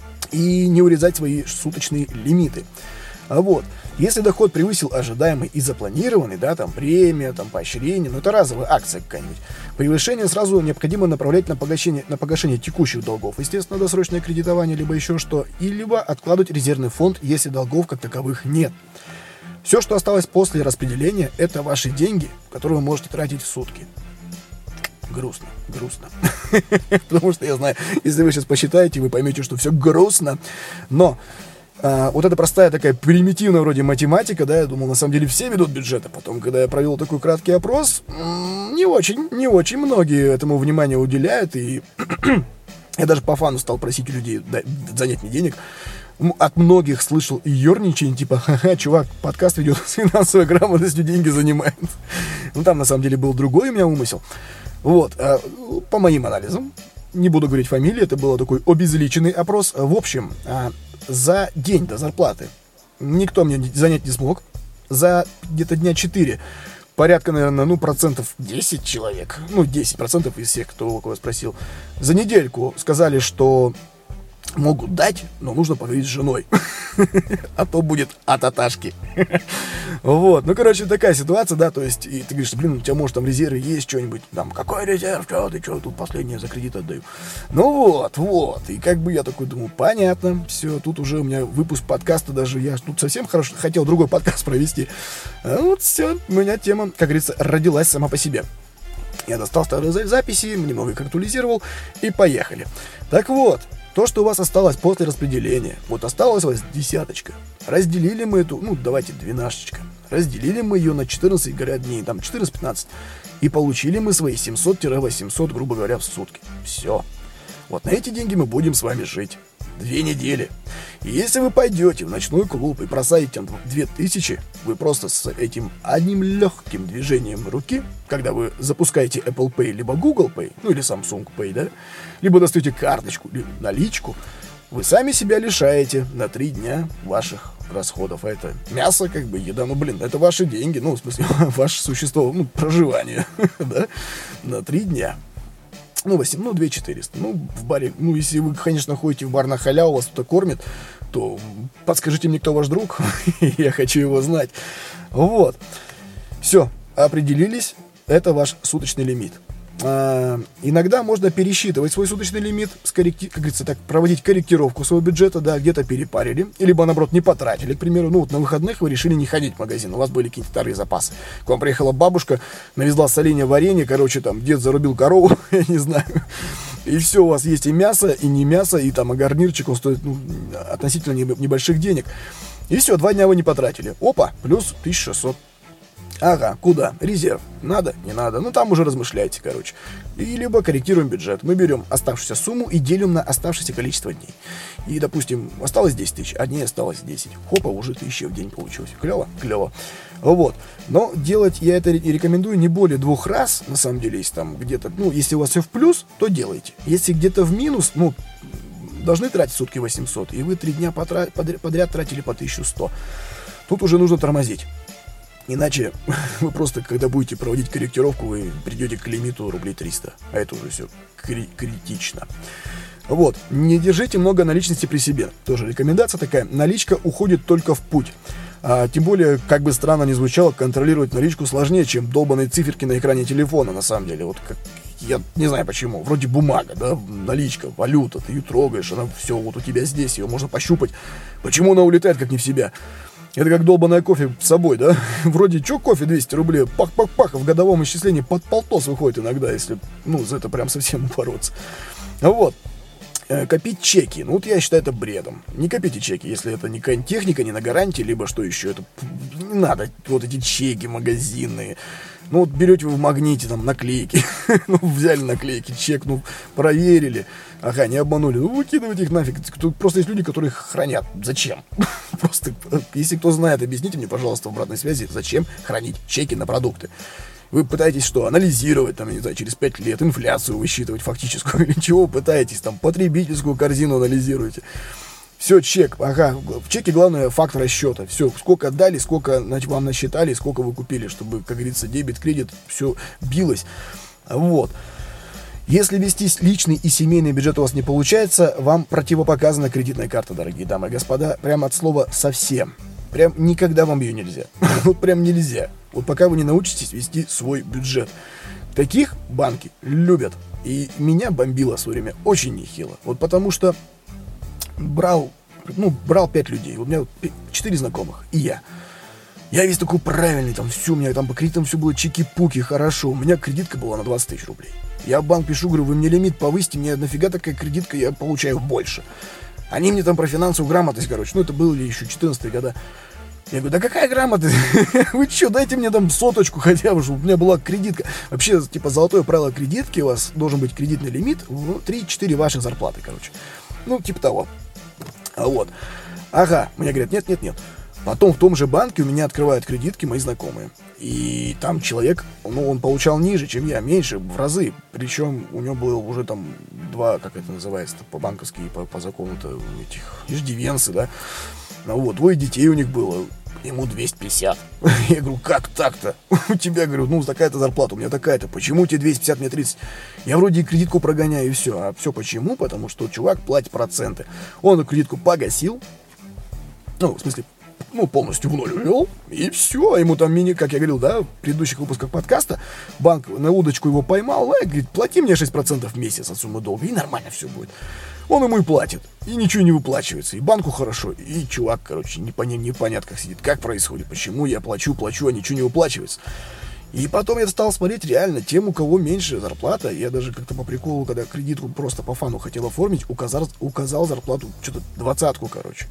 И не урезать свои суточные лимиты. А вот, если доход превысил ожидаемый и запланированный, да, там премия, там поощрение, ну это разовая акция какая-нибудь, превышение сразу необходимо направлять на погашение, на погашение текущих долгов, естественно, досрочное кредитование, либо еще что, и либо откладывать резервный фонд, если долгов как таковых нет. Все, что осталось после распределения, это ваши деньги, которые вы можете тратить в сутки. Грустно, грустно. Потому что я знаю, если вы сейчас посчитаете, вы поймете, что все грустно. Но а, вот эта простая такая примитивная вроде математика, да, я думал, на самом деле все ведут бюджеты. Потом, когда я провел такой краткий опрос, не очень, не очень многие этому внимание уделяют. И я даже по фану стал просить у людей занять мне денег. От многих слышал и ерничание, типа, ха-ха, чувак, подкаст ведет с финансовой грамотностью, деньги занимает. Ну, там, на самом деле, был другой у меня умысел. Вот, по моим анализам, не буду говорить фамилии, это был такой обезличенный опрос. В общем, за день до зарплаты никто мне занять не смог. За где-то дня четыре порядка, наверное, ну, процентов десять человек, ну, десять процентов из всех, кто у кого спросил, за недельку сказали, что могут дать, но нужно поговорить с женой. А то будет от аташки. Вот, ну, короче, такая ситуация, да, то есть, и ты говоришь, блин, у тебя, может, там резервы есть, что-нибудь, там, какой резерв, что ты, что, тут последнее за кредит отдаю. Ну, вот, вот, и как бы я такой думаю, понятно, все, тут уже у меня выпуск подкаста, даже я тут совсем хорошо хотел другой подкаст провести. А вот все, у меня тема, как говорится, родилась сама по себе. Я достал старые записи, немного их актуализировал, и поехали. Так вот, то, что у вас осталось после распределения, вот осталась у вас десяточка. Разделили мы эту, ну, давайте двенашечка. Разделили мы ее на четырнадцать, говорят, дней, там, четырнадцать-пятнадцать. И получили мы свои семьсот-восемьсот, грубо говоря, в сутки. Все. Вот на эти деньги мы будем с вами жить. Две недели. И если вы пойдете в ночной клуб и просадите там две тысячи, вы просто с этим одним легким движением руки, когда вы запускаете Apple Pay, либо Google Pay, ну или Samsung Pay, да, либо достаете карточку, либо наличку, вы сами себя лишаете на три дня ваших расходов. А это мясо, как бы, еда, ну, блин, это ваши деньги, ну, в смысле, ваше существо, ну, проживание, да, на три дня. Ну, восемь, ну, две тысячи четыреста. Ну, в баре, ну, если вы, конечно, ходите в бар на халяву, вас кто-то кормит, то подскажите мне, кто ваш друг. Я хочу его знать. Вот. Все, определились. Это ваш суточный лимит. А, иногда можно пересчитывать свой суточный лимит, скорректи... как говорится, так, проводить корректировку своего бюджета, да, где-то перепарили, либо, наоборот, не потратили, к примеру, ну, вот на выходных вы решили не ходить в магазин, у вас были какие-то старые запасы, к вам приехала бабушка, навезла соленья, варенье, короче, там, дед зарубил корову, я не знаю, и все, у вас есть и мясо, и не мясо, и там, и гарнирчик, он стоит, ну, относительно небольших денег, и все, два дня вы не потратили, опа, плюс тысяча шестьсот. Ага, куда? Резерв. Надо? Не надо. Ну, там уже размышляйте, короче. И либо корректируем бюджет. Мы берем оставшуюся сумму и делим на оставшееся количество дней. И, допустим, осталось десять тысяч, а дней осталось десять. Хопа, уже тысяча в день получилось. Клево? Клево. Вот. Но делать я это рекомендую не более двух раз, на самом деле, если там где-то, ну, если у вас все в плюс, то делайте. Если где-то в минус, ну, должны тратить в сутки восемьсот, и вы три дня потра- подряд, подряд тратили по тысячу сто. Тут уже нужно тормозить. Иначе вы просто, когда будете проводить корректировку, вы придете к лимиту рублей триста. А это уже все кри- критично. Вот. Не держите много наличности при себе. Тоже рекомендация такая. Наличка уходит только в путь. А, тем более, как бы странно ни звучало, контролировать наличку сложнее, чем долбаные циферки на экране телефона, на самом деле. Вот как, я не знаю почему. Вроде бумага, да, наличка, валюта, ты ее трогаешь, она все вот у тебя здесь, ее можно пощупать. Почему она улетает, как не в себя? Это как долбаная кофе с собой, да? Вроде, что кофе двести рублей? Пах-пах-пах, в годовом исчислении под полтос выходит иногда, если, ну, за это прям совсем упороться. Вот. Копить чеки. Ну, вот я считаю это бредом. Не копите чеки, если это не какая-нибудь техника, не на гарантии, либо что еще. Это не надо. Вот эти чеки магазинные. Ну, вот берете вы в Магните там наклейки. Ну, взяли наклейки, чек, ну, проверили. Ага, не обманули. Ну, выкидывайте их нафиг. Тут просто есть люди, которые их хранят. Зачем? Просто, если кто знает, объясните мне, пожалуйста, в обратной связи, зачем хранить чеки на продукты. Вы пытаетесь что, анализировать, там, не знаю, через пять лет, инфляцию высчитывать фактическую, или чего пытаетесь, там, потребительскую корзину анализируете. Все, чек, ага, в чеке главное факт расчета. Все, сколько отдали, сколько вам насчитали, сколько вы купили, чтобы, как говорится, дебет, кредит, все билось. Вот. Если вести личный и семейный бюджет у вас не получается, вам противопоказана кредитная карта, дорогие дамы и господа, прямо от слова совсем. Прям никогда вам ее нельзя. Вот прям нельзя. Вот пока вы не научитесь вести свой бюджет. Таких банки любят. И меня бомбило в свое время очень нехило. Вот потому что брал, ну, брал пять людей. У меня четыре знакомых. И я. Я весь такой правильный, там все, у меня там по кредитам все было чики-пуки, хорошо. У меня кредитка была на двадцать тысяч рублей. Я в банк пишу, говорю, вы мне лимит повысите, мне нафига такая кредитка, я получаю больше. Они мне там про финансовую грамотность, короче, ну это было еще четырнадцатые года. Я говорю, да какая грамотность? Вы что, дайте мне там соточку хотя бы, чтобы у меня была кредитка. Вообще, типа, золотое правило кредитки, у вас должен быть кредитный лимит в три-четыре ваших зарплаты, короче. Ну, типа того. Вот. Ага, мне говорят, нет-нет-нет. Потом в том же банке у меня открывают кредитки мои знакомые. И там человек, ну, он получал ниже, чем я, меньше, в разы. Причем у него было уже там два, как это называется, по-банковски, по, по закону-то, этих иждивенцы, да. Ну вот, двое детей у них было, ему двести пятьдесят. Я говорю, как так-то? У тебя, говорю, ну, такая-то зарплата, у меня такая-то. Почему тебе двести пятьдесят, мне тридцать? Я вроде и кредитку прогоняю, и все. А все почему? Потому что чувак платит проценты. Он эту кредитку погасил. Ну, в смысле, ну, полностью в ноль увел, и все. Ему там мини, как я говорил, да, в предыдущих выпусках подкаста, банк на удочку его поймал, и говорит, плати мне шесть процентов в месяц от суммы долга, и нормально все будет. Он ему и платит, и ничего не выплачивается, и банку хорошо, и чувак, короче, непонятно, непонятно как сидит, как происходит, почему я плачу, плачу, а ничего не выплачивается. И потом я стал смотреть реально тем, у кого меньше зарплата. Я даже как-то по приколу, когда кредитку просто по фану хотел оформить, указал, указал зарплату, что-то двадцатку, короче.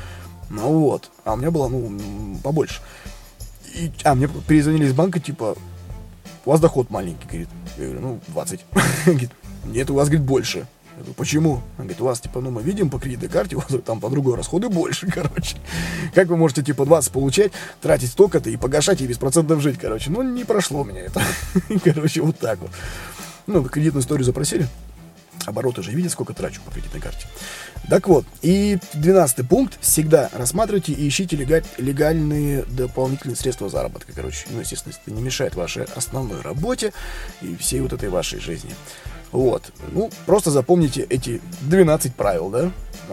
Ну вот, а у меня было, ну, побольше. И, а, мне перезвонили из банка, типа, у вас доход маленький, говорит. Я говорю, ну, двадцать. Говорит, нет, у вас, говорит, больше. Я говорю, почему? Он говорит, у вас, типа, ну, мы видим по кредитной карте, у вас там по другой расходы больше, короче. Как вы можете, типа, двадцать получать, тратить столько-то и погашать, и без процентов жить, короче. Ну, не прошло у меня это. Короче, вот так вот. Ну, кредитную историю запросили. Обороты же видят, сколько трачу по кредитной карте. Так вот, и двенадцатый пункт. Всегда рассматривайте и ищите легаль, легальные дополнительные средства заработка. Короче, ну, естественно, это не мешает вашей основной работе и всей вот этой вашей жизни. Вот. Ну, просто запомните эти двенадцать правил, да.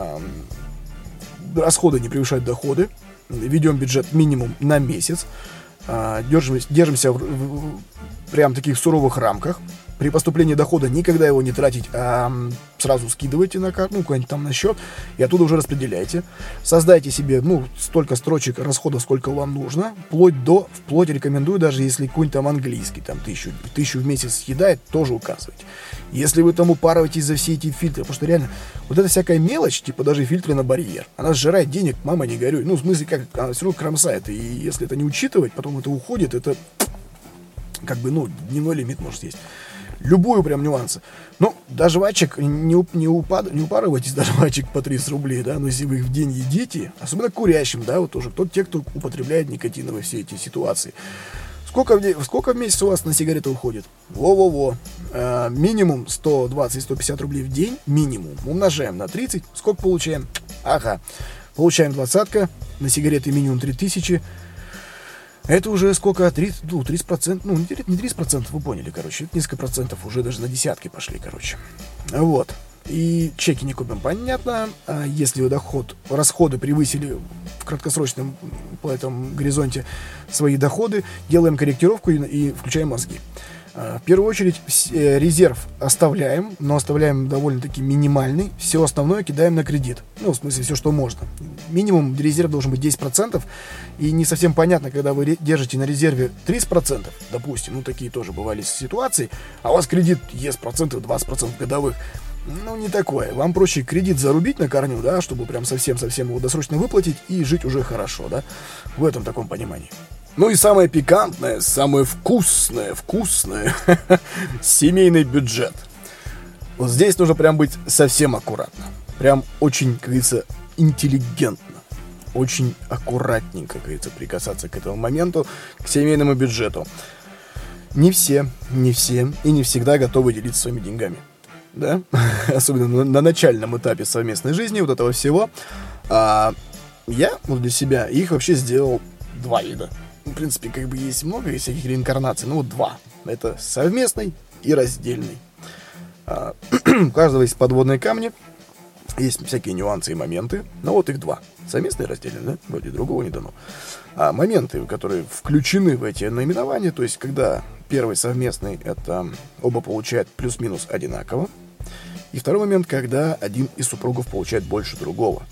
Расходы не превышают доходы. Ведем бюджет минимум на месяц. Держимся, держимся в, в, в прям таких суровых рамках. При поступлении дохода никогда его не тратить, а сразу скидывайте на карту, ну, куда-нибудь там на счет, и оттуда уже распределяйте. Создайте себе, ну, столько строчек расходов, сколько вам нужно, вплоть до, вплоть рекомендую, даже если какой-нибудь там английский, там, тысячу, тысячу в месяц съедает, тоже указывайте. Если вы там упарываетесь за все эти фильтры, потому что реально, вот эта всякая мелочь, типа даже фильтры на барьер, она сжирает денег, мама, не горюй. Ну, в смысле, как, она все равно кромсает, и если это не учитывать, потом это уходит, это, как бы, ну, дневной лимит может есть. Любую прям нюансы. Ну, до жвачек не, не, упад, не упарывайтесь до жвачек по тридцать рублей, да, но если вы их в день едите, особенно курящим, да, вот тоже, кто, те, кто употребляет никотиновые все эти ситуации. Сколько в, де- сколько в месяц у вас на сигареты уходит? Во-во-во. Э, минимум сто двадцать - сто пятьдесят рублей в день. Минимум. Умножаем на тридцать. Сколько получаем? Ага. Получаем двадцатка. На сигареты минимум три тысячи. Это уже сколько? тридцать, ну, тридцать процентов. Ну, не тридцать процентов, вы поняли, короче. Это несколько процентов. Уже даже на десятки пошли, короче. Вот. И чеки не купим, понятно. А если доход, расходы превысили в краткосрочном по этому горизонте свои доходы, делаем корректировку и, и включаем мозги. А, в первую очередь резерв оставляем, но оставляем довольно-таки минимальный. Все основное кидаем на кредит. Ну, в смысле, все, что можно. Минимум резерв должен быть десять процентов. И не совсем понятно, когда вы держите на резерве тридцать процентов, допустим, ну, такие тоже бывали ситуации, а у вас кредит есть процентов двадцать процентов годовых. Ну, не такое. Вам проще кредит зарубить на корню, да, чтобы прям совсем-совсем его досрочно выплатить и жить уже хорошо, да, в этом таком понимании. Ну и самое пикантное, самое вкусное, вкусное, семейный бюджет. Вот здесь нужно прям быть совсем аккуратно. Прям очень, как говорится, интеллигентно. Очень аккуратненько, как говорится, прикасаться к этому моменту, к семейному бюджету. Не все, не все и не всегда готовы делиться своими деньгами. Да, особенно на, на начальном этапе совместной жизни, вот этого всего. А я вот для себя их вообще сделал два вида. В принципе, как бы есть много всяких реинкарнаций, но вот два. Это совместный и раздельный. А, у каждого есть подводные камни, есть всякие нюансы и моменты, но вот их два. Совместный и раздельный, да, вроде другого не дано. А моменты, которые включены в эти наименования, то есть когда первый совместный, это оба получают плюс-минус одинаково. И второй момент, когда один из супругов получает больше другого.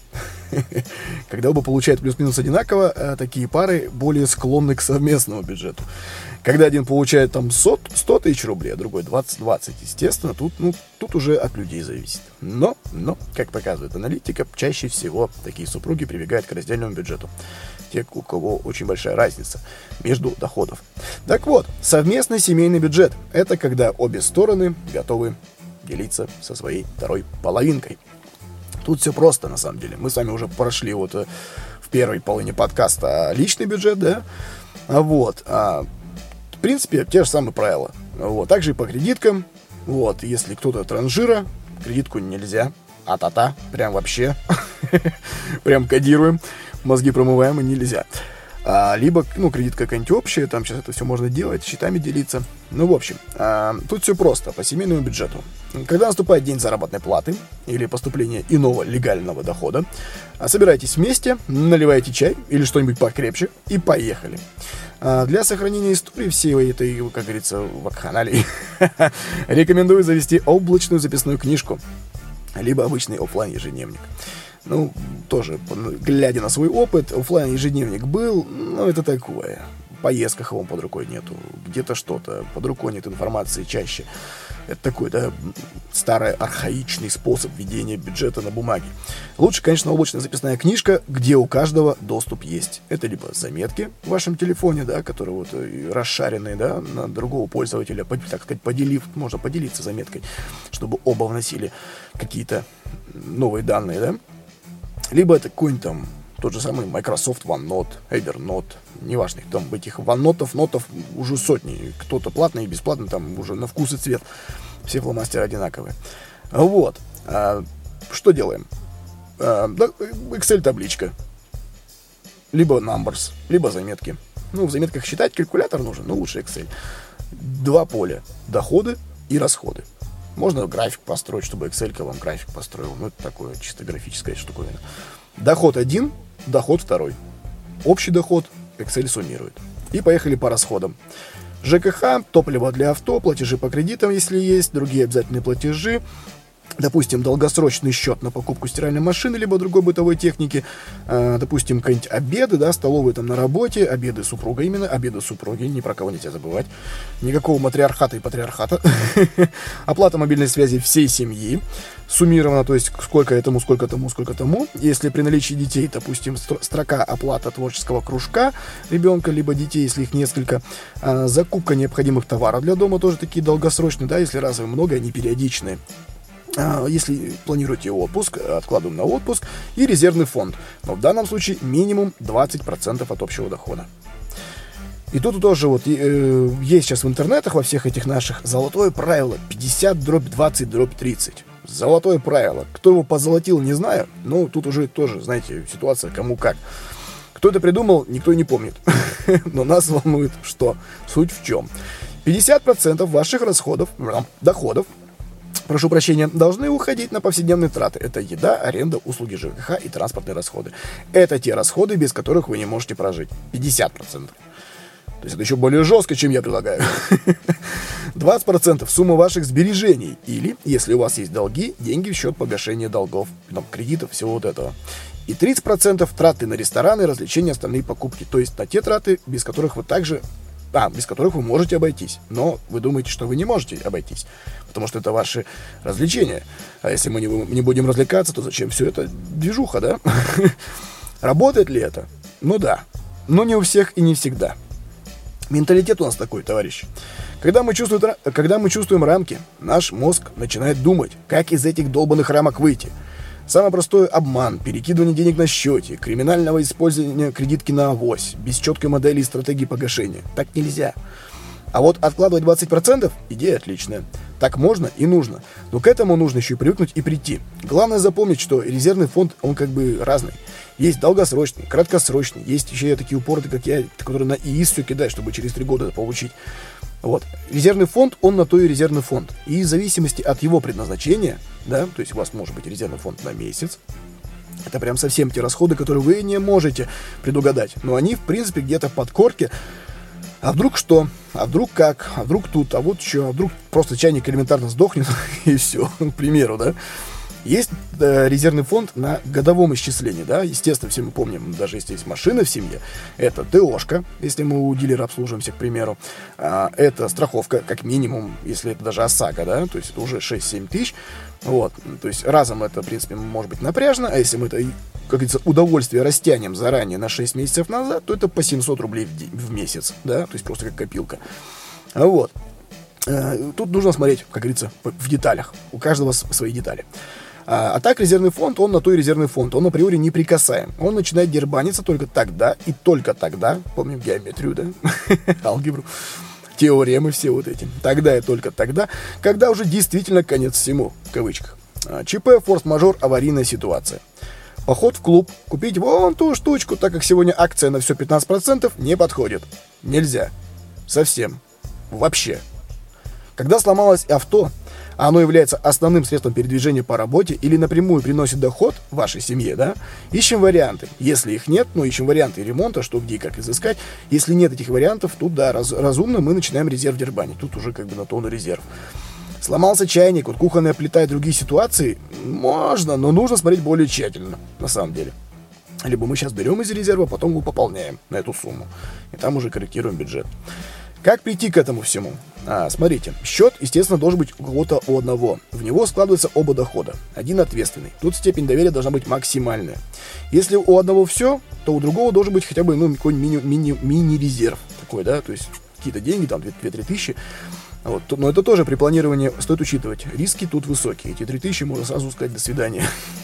Когда оба получают плюс-минус одинаково, такие пары более склонны к совместному бюджету. Когда один получает там сто тысяч рублей, а другой двадцать-двадцать, естественно, тут, ну, тут уже от людей зависит. Но, но, как показывает аналитика, чаще всего такие супруги прибегают к раздельному бюджету. Те, у кого очень большая разница между доходов. Так вот, совместный семейный бюджет – это когда обе стороны готовы делиться со своей второй половинкой. Тут все просто, на самом деле. Мы с вами уже прошли вот в первой половине подкаста личный бюджет, да? Вот. А, в принципе, те же самые правила. Вот. Также и по кредиткам. Вот. Если кто-то транжира, кредитку нельзя. А-та-та. Прям вообще. Прям кодируем. Мозги промываем и нельзя. А, либо, ну, кредитка какая-нибудь общая, там сейчас это все можно делать, счетами делиться. Ну, в общем, а, тут все просто, по семейному бюджету. Когда наступает день заработной платы или поступления иного легального дохода, собирайтесь вместе, наливайте чай или что-нибудь покрепче и поехали. А, для сохранения истории всей этой, как говорится, вакханалии, рекомендую завести облачную записную книжку, либо обычный офлайн ежедневник. Ну, тоже, глядя на свой опыт, офлайн ежедневник был, но это такое. В поездках его под рукой нету, где-то что-то, под рукой нет информации чаще. Это такой, да, старый архаичный способ ведения бюджета на бумаге. Лучше, конечно, облачная записная книжка, где у каждого доступ есть. Это либо заметки в вашем телефоне, да, которые вот расшаренные, да, на другого пользователя, так сказать, поделив, можно поделиться заметкой, чтобы оба вносили какие-то новые данные, да. Либо это какой-нибудь там тот же самый Microsoft OneNote, Evernote, неважно, там этих OneNote'ов, нотов уже сотни, кто-то платный и бесплатный, там уже на вкус и цвет, все фломастеры одинаковые. Вот, а, что делаем? А, да, Excel-табличка, либо Numbers, либо заметки. Ну, в заметках считать калькулятор нужен, но лучше Excel. Два поля, доходы и расходы. Можно график построить, чтобы Excel вам график построил. Ну, это такое чисто графическая штуковина. Доход один, доход второй. Общий доход Excel суммирует. И поехали по расходам. ЖКХ, топливо для авто, платежи по кредитам, если есть, другие обязательные платежи. Допустим, долгосрочный счет на покупку стиральной машины, либо другой бытовой техники. Э, допустим, какие-нибудь обеды, да, столовые там на работе, обеды супруга именно, обеды супруги, ни про кого нельзя забывать. Никакого матриархата и патриархата. Оплата мобильной связи всей семьи. Суммировано, то есть сколько этому, сколько тому, сколько тому. Если при наличии детей, допустим, строка оплата творческого кружка ребенка, либо детей, если их несколько. Э, закупка необходимых товаров для дома тоже такие долгосрочные, да, если разовые много, они периодичные. Если планируете отпуск, откладываем на отпуск, и резервный фонд. Но в данном случае минимум двадцать процентов от общего дохода. И тут тоже вот э, есть сейчас в интернетах во всех этих наших золотое правило пятьдесят дробь двадцать дробь тридцать. Золотое правило. Кто его позолотил, не знаю. Но тут уже тоже, знаете, ситуация кому как. Кто это придумал, никто и не помнит. Но нас волнует что? Суть в чем? пятьдесят процентов ваших расходов, доходов, прошу прощения, должны уходить на повседневные траты. Это еда, аренда, услуги ЖКХ и транспортные расходы. Это те расходы, без которых вы не можете прожить. пятьдесят процентов. То есть это еще более жестко, чем я предлагаю. двадцать процентов сумма ваших сбережений. Или, если у вас есть долги, деньги в счет погашения долгов, там, кредитов, всего вот этого. И тридцать процентов траты на рестораны, развлечения, остальные покупки. То есть на те траты, без которых вы также... А, без которых вы можете обойтись. Но вы думаете, что вы не можете обойтись. Потому что это ваши развлечения. А если мы не, не будем развлекаться, то зачем все это? Движуха, да? Работает ли это? Ну да. Но не у всех и не всегда. Менталитет у нас такой, товарищи. Когда мы, чувствуем, когда мы чувствуем рамки, наш мозг начинает думать, как из этих долбанных рамок выйти. Самое простое — обман, перекидывание денег на счете, криминального использования кредитки на авось, без четкой модели и стратегии погашения. Так нельзя. А вот откладывать двадцать процентов – идея отличная. Так можно и нужно. Но к этому нужно еще и привыкнуть и прийти. Главное запомнить, что резервный фонд, он как бы разный. Есть долгосрочный, краткосрочный. Есть еще такие упоротые, как я, которые на ИИС все кидают, чтобы через три года это получить. Вот. Резервный фонд, он на то и резервный фонд. И в зависимости от его предназначения, да, то есть у вас может быть резервный фонд на месяц, это прям совсем те расходы, которые вы не можете предугадать. Но они, в принципе, где-то в подкорке. А вдруг что? А вдруг как? А вдруг тут? А вот что? А вдруг просто чайник элементарно сдохнет и все, к примеру, да? Есть э, резервный фонд на годовом исчислении, да, естественно, все мы помним, даже если есть машина в семье, это ТОшка, если мы у дилера обслуживаемся, к примеру, а, это страховка, как минимум, если это даже ОСАГО, да, то есть это уже шесть-семь тысяч, вот, то есть разом это, в принципе, может быть напряжно, а если мы это, как говорится, удовольствие растянем заранее на шесть месяцев назад, то это по семьсот рублей в, день, в месяц, да, то есть просто как копилка, вот. Тут нужно смотреть, как говорится, в деталях, у каждого свои детали. А, а так резервный фонд, он на то и резервный фонд, он априори неприкасаем. Он начинает дербаниться только тогда и только тогда, помним геометрию, да, алгебру, теоремы все вот эти, тогда и только тогда, когда уже действительно конец всему, в кавычках. ЧП, форс-мажор, аварийная ситуация. Поход в клуб, купить вон ту штучку, так как сегодня акция на все пятнадцать процентов, не подходит. Нельзя. Совсем. Вообще. Когда сломалось авто, а оно является основным средством передвижения по работе или напрямую приносит доход вашей семье, да, ищем варианты. Если их нет, ну, ищем варианты ремонта, что, где и как изыскать. Если нет этих вариантов, тут, да, раз, разумно мы начинаем резерв дербанить. Тут уже как бы на то он резерв. Сломался чайник, вот кухонная плита и другие ситуации, можно, но нужно смотреть более тщательно, на самом деле. Либо мы сейчас берем из резерва, потом его пополняем на эту сумму. И там уже корректируем бюджет. Как прийти к этому всему? А, смотрите, счет, естественно, должен быть у кого-то у одного. В него складываются оба дохода. Один ответственный. Тут степень доверия должна быть максимальная. Если у одного все, то у другого должен быть хотя бы, ну, какой-нибудь мини, мини, мини-резерв такой, да, то есть какие-то деньги, там, две-три тысячи. Вот. Но это тоже при планировании стоит учитывать. Риски тут высокие. Эти три тысячи можно сразу сказать «до свидания».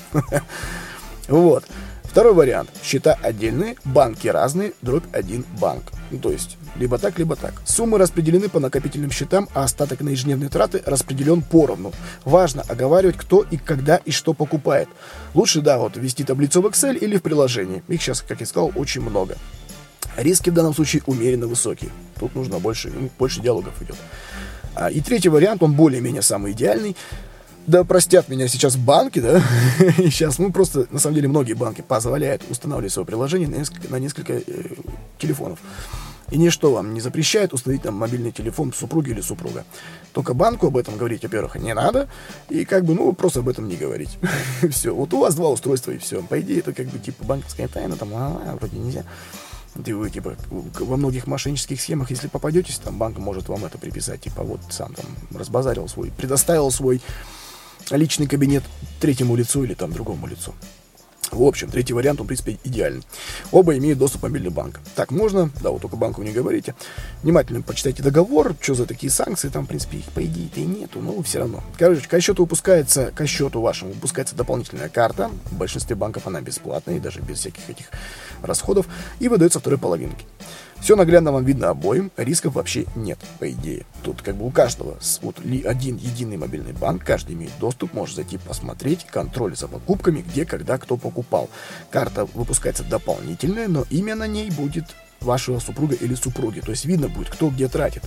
Вот. Второй вариант. Счета отдельные, банки разные, дробь один банк. Ну, то есть, либо так, либо так. Суммы распределены по накопительным счетам, а остаток на ежедневные траты распределен поровну. Важно оговаривать, кто и когда и что покупает. Лучше, да, вот ввести таблицу в Excel или в приложении. Их сейчас, как я сказал, очень много. Риски в данном случае умеренно высокие. Тут нужно больше, больше диалогов идет. А, и третий вариант, он более-менее самый идеальный. Да простят меня сейчас банки, да, и сейчас, ну, просто, на самом деле, многие банки позволяют устанавливать свое приложение на несколько, на несколько э, телефонов. И ничто вам не запрещает установить там мобильный телефон супруги или супруга. Только банку об этом говорить, во-первых, не надо, и как бы, ну, просто об этом не говорить. Все, вот у вас два устройства, и все. По идее, это как бы, типа, банковская тайна, там, а, вроде нельзя. И вы, типа, во многих мошеннических схемах, если попадетесь, там, банк может вам это приписать, типа, вот, сам там разбазарил свой, предоставил свой личный кабинет третьему лицу или там другому лицу. В общем, третий вариант, он, в принципе, идеальный. Оба имеют доступ к мобильному банку. Так можно, да, вот только банку не говорите. Внимательно почитайте договор, что за такие санкции, там, в принципе, их, по идее-то и нету, но все равно. Короче, к счету выпускается, к счету вашему выпускается дополнительная карта. В большинстве банков она бесплатная и даже без всяких этих расходов. И выдается второй половинки. Все наглядно вам видно обоим, рисков вообще нет, по идее. Тут как бы у каждого вот один единый мобильный банк, каждый имеет доступ, может зайти посмотреть, контроль за покупками, где, когда, кто покупал. Карта выпускается дополнительная, но имя на ней будет вашего супруга или супруги, то есть видно будет, кто где тратит.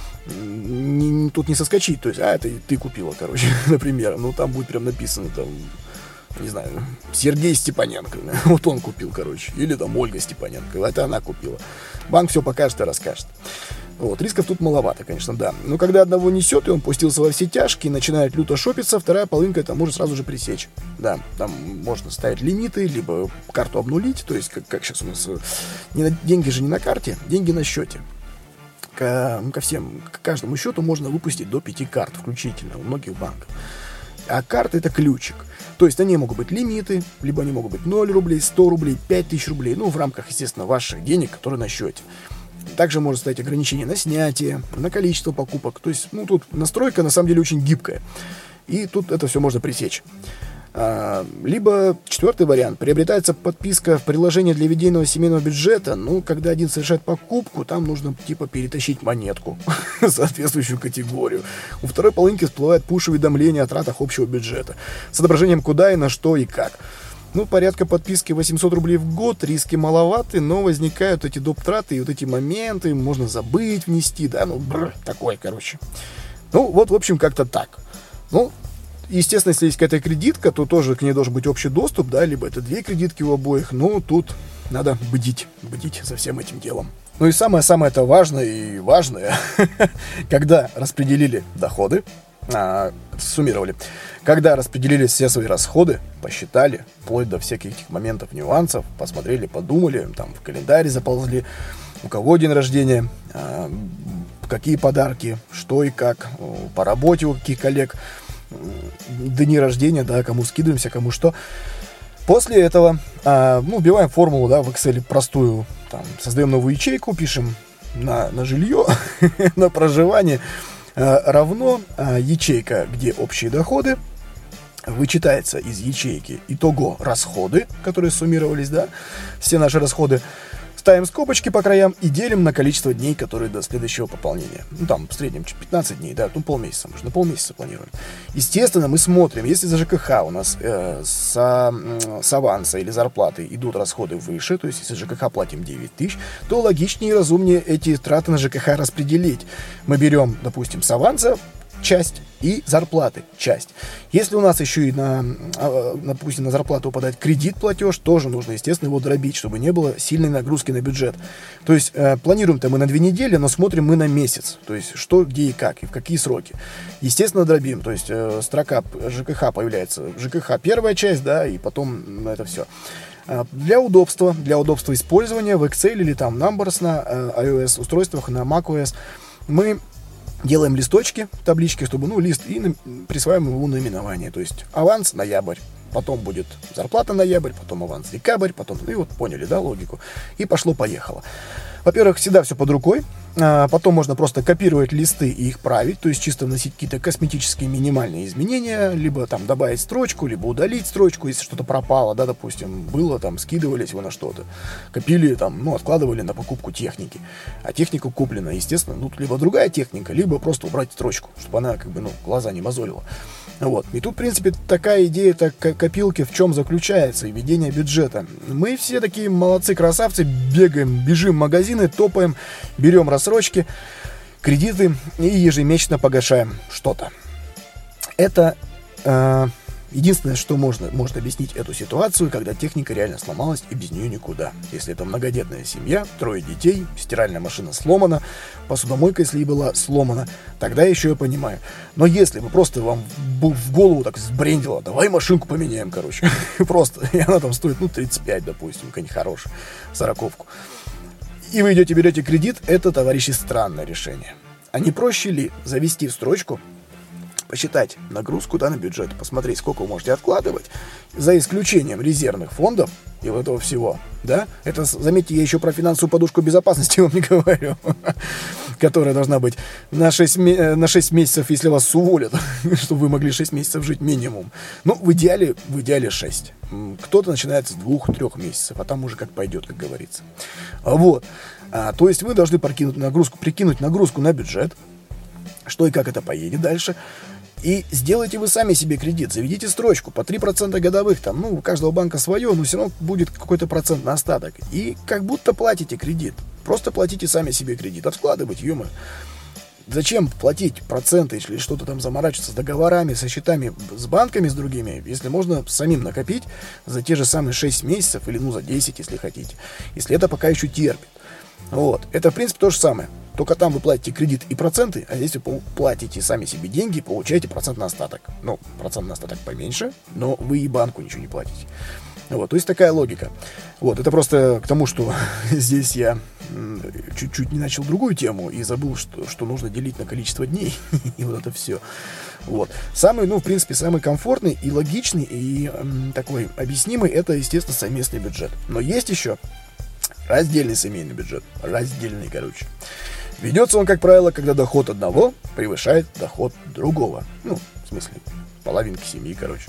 Не, тут не соскочить, то есть, а, это ты купила, короче, например, ну там будет прям написано, там, не знаю, Сергей Степаненко, вот он купил, короче, или там Ольга Степаненко, это она купила. Банк все покажет и расскажет. Вот, рисков тут маловато, конечно, да. Но когда одного несет, и он пустился во все тяжкие, начинает люто шопиться, вторая половинка это может сразу же пресечь. Да, там можно ставить лимиты, либо карту обнулить, то есть, как, как сейчас у нас, не на, деньги же не на карте, деньги на счете. Ко, ко всем, к каждому счету можно выпустить до пяти карт включительно у многих банков. А карты это ключик. То есть они могут быть лимиты, либо они могут быть ноль рублей, сто рублей, пять тысяч рублей. Ну, в рамках, естественно, ваших денег, которые на счете. Также может стоять ограничение на снятие, на количество покупок. То есть, ну, тут настройка на самом деле очень гибкая. И тут это все можно пресечь. А, либо четвертый вариант. Приобретается подписка в приложение для ведения семейного бюджета. Ну, когда один совершает покупку, там нужно типа перетащить монетку в соответствующую категорию. У второй половинки всплывает пуш-уведомление о тратах общего бюджета с отображением куда и на что и как. Ну, порядка подписки восемьсот рублей в год, риски маловаты, но возникают эти доп. Траты и вот эти моменты, можно забыть внести, да, ну, бррр, такое, короче. Ну, вот, в общем, как-то так. Ну, естественно, если есть какая-то кредитка, то тоже к ней должен быть общий доступ, да, либо это две кредитки у обоих, но тут надо бдить, бдить за всем этим делом. Ну и самое-самое это важное и важное, когда распределили доходы, а, суммировали, когда распределили все свои расходы, посчитали, вплоть до всяких этих моментов, нюансов, посмотрели, подумали, там в календарь заползли, у кого день рождения, а, какие подарки, что и как, по работе у каких коллег, дни рождения, да, кому скидываемся, кому что. После этого, а, ну, вбиваем формулу, да, в Excel простую, там, создаем новую ячейку, пишем на, на жилье, на проживание, а, равно а, ячейка, где общие доходы, вычитается из ячейки итого расходы, которые суммировались, да, все наши расходы, ставим скобочки по краям и делим на количество дней, которые до следующего пополнения. Ну, там, в среднем пятнадцать дней, да, ну, полмесяца, может, на полмесяца планируем. Естественно, мы смотрим, если за ЖКХ у нас э, с, с аванса или зарплаты идут расходы выше, то есть, если ЖКХ платим девять тысяч, то логичнее и разумнее эти траты на ЖКХ распределить. Мы берем, допустим, с аванса часть и зарплаты часть. Если у нас еще и на, допустим, на зарплату упадает кредит-платеж, тоже нужно, естественно, его дробить, чтобы не было сильной нагрузки на бюджет. То есть э, планируем-то мы на две недели, но смотрим мы на месяц. То есть что, где и как, и в какие сроки. Естественно, дробим. То есть э, строка ЖКХ появляется. ЖКХ первая часть, да, и потом это все. Для удобства, для удобства использования в Excel или там Numbers на э, iOS устройствах, на macOS мы делаем листочки, таблички, чтобы, ну, лист, и на, присваиваем ему наименование. То есть аванс ноябрь, потом будет зарплата ноябрь, потом аванс декабрь, потом, и вот поняли, да, логику. И пошло-поехало. Во-первых, всегда все под рукой. А потом можно просто копировать листы и их править, то есть чисто вносить какие-то косметические минимальные изменения, либо там добавить строчку, либо удалить строчку, если что-то пропало, да, допустим, было, там, скидывались вы на что-то, копили, там, ну, откладывали на покупку техники, а техника куплена, естественно, ну, либо другая техника, либо просто убрать строчку, чтобы она, как бы, ну, глаза не мозолила. Вот. И тут, в принципе, такая идея так, копилки в чем заключается, и ведение бюджета. Мы все такие молодцы-красавцы, бегаем, бежим в магазины, топаем, берем рассрочки, кредиты и ежемесячно погашаем что-то. Это э, единственное, что можно, может объяснить эту ситуацию, когда техника реально сломалась и без нее никуда. Если это многодетная семья, трое детей, стиральная машина сломана, посудомойка, если и была сломана, тогда еще я понимаю. Но если бы просто вам в голову так сбрендило, давай машинку поменяем, короче, просто, и она там стоит, ну, тридцать пять, допустим, какая-нибудь хорошая, сороковку, и вы идете, берете кредит, это, товарищи, странное решение. А не проще ли завести в строчку, посчитать нагрузку, да, на бюджет, посмотреть, сколько вы можете откладывать, за исключением резервных фондов и вот этого всего, да? Это, заметьте, я еще про финансовую подушку безопасности вам не говорю, которая должна быть на шесть, на шесть месяцев, если вас уволят, чтобы вы могли шесть месяцев жить минимум. Ну, в идеале, в идеале шесть. Кто-то начинает с двух-трех месяцев, а там уже как пойдет, как говорится. Вот. А, то есть вы должны прикинуть нагрузку, прикинуть нагрузку на бюджет, что и как это поедет дальше. И сделайте вы сами себе кредит, заведите строчку по три процента годовых, там, ну, у каждого банка свое, но все равно будет какой-то процент на остаток. И как будто платите кредит, просто платите сами себе кредит, откладывайте, ё-моё. Зачем платить проценты или что-то там заморачиваться с договорами, со счетами, с банками, с другими, если можно самим накопить за те же самые шесть месяцев или, ну, за десять, если хотите, если это пока еще терпит. Вот, это, в принципе, то же самое. Только там вы платите кредит и проценты, а здесь вы платите сами себе деньги и получаете процент на остаток. Ну, процент на остаток поменьше, но вы и банку ничего не платите. Вот, то есть такая логика. Вот, это просто к тому, что здесь я чуть-чуть не начал другую тему и забыл, что, что нужно делить на количество дней. И вот это все. Вот. Самый, ну, в принципе, самый комфортный и логичный, и м, такой объяснимый, это, естественно, совместный бюджет. Но есть еще раздельный семейный бюджет. Раздельный, короче. Ведется он, как правило, когда доход одного превышает доход другого. Ну, в смысле, половинки семьи, короче.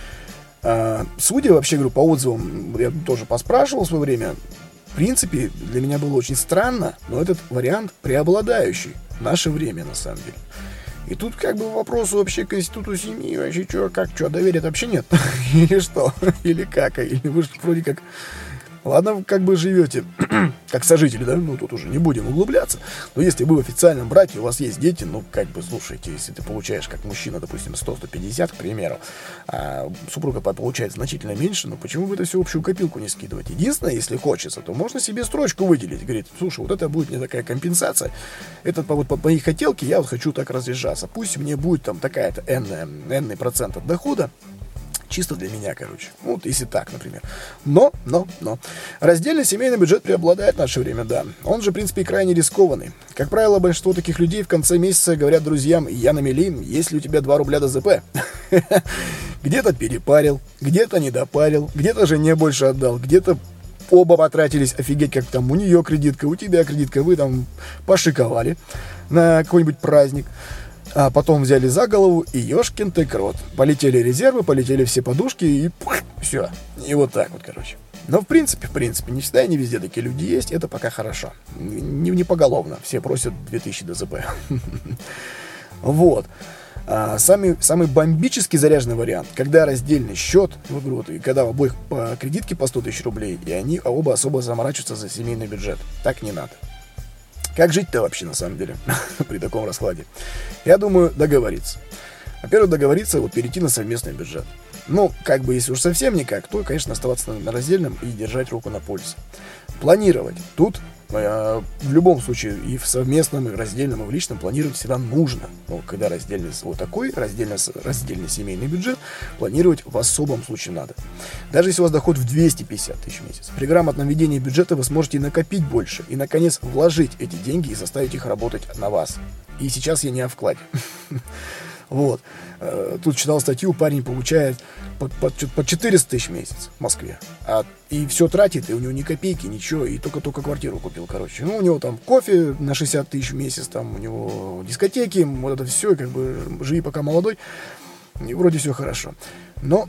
А, судя, вообще, говорю, по отзывам, я тоже поспрашивал в свое время, в принципе, для меня было очень странно, но этот вариант преобладающий в наше время, на самом деле. И тут как бы вопросу вообще к институту семьи, вообще что, как, что, доверия вообще нет? Или что? Или как? Или вы же вроде как... Ладно, как бы живете, как сожители, да, ну тут уже не будем углубляться, но если вы в официальном браке, у вас есть дети, ну как бы, слушайте, если ты получаешь как мужчина, допустим, сто - сто пятьдесят, к примеру, а супруга получает значительно меньше, ну почему вы это все в общую копилку не скидываете? Единственное, если хочется, то можно себе строчку выделить, говорит, слушай, вот это будет мне такая компенсация, это по, вот, по моей хотелке я вот хочу так разъезжаться, пусть мне будет там такая-то энная, энный процент от дохода, чисто для меня, короче. Ну, вот если так, например. Но, но, но. Раздельный семейный бюджет преобладает в наше время, да. Он же, в принципе, крайне рискованный. Как правило, большинство таких людей в конце месяца говорят друзьям: я на мели, есть ли у тебя два рубля до ЗП? Где-то перепарил, где-то недопарил, где-то жене больше отдал, где-то оба потратились, офигеть, как там у нее кредитка, у тебя кредитка, вы там пошиковали на какой-нибудь праздник. А потом взяли за голову, и ёшкин ты крот. Полетели резервы, полетели все подушки, и пух, все. И вот так вот, короче. Но в принципе, в принципе, не всегда и не везде такие люди есть, это пока хорошо. Не, не поголовно, все просят две тысячи до ЗП. Вот. А самый, самый бомбически заряженный вариант, когда раздельный счет, вот, и когда у обоих по кредитке по сто тысяч рублей, и они оба особо заморачиваются за семейный бюджет. Так не надо. Как жить-то вообще, на самом деле, при таком раскладе? Я думаю, договориться. Во-первых, договориться, вот перейти на совместный бюджет. Ну, как бы, если уж совсем никак, то, конечно, оставаться на раздельном и держать руку на пульсе. Планировать. Тут, э, в любом случае, и в совместном, и в раздельном, и в личном планировать всегда нужно. Но когда раздельный, вот такой раздельный, раздельный семейный бюджет, планировать в особом случае надо. Даже если у вас доход в двести пятьдесят тысяч в месяц, при грамотном ведении бюджета вы сможете и накопить больше, и, наконец, вложить эти деньги и заставить их работать на вас. И сейчас я не о вкладе. Вот. Тут читал статью, парень получает по, по, по четыреста тысяч в месяц в Москве. А, и все тратит, и у него ни копейки, ничего, и только-только квартиру купил, короче. Ну, у него там кофе на шестьдесят тысяч в месяц, там у него дискотеки, вот это все, как бы живи пока молодой, и вроде все хорошо. Но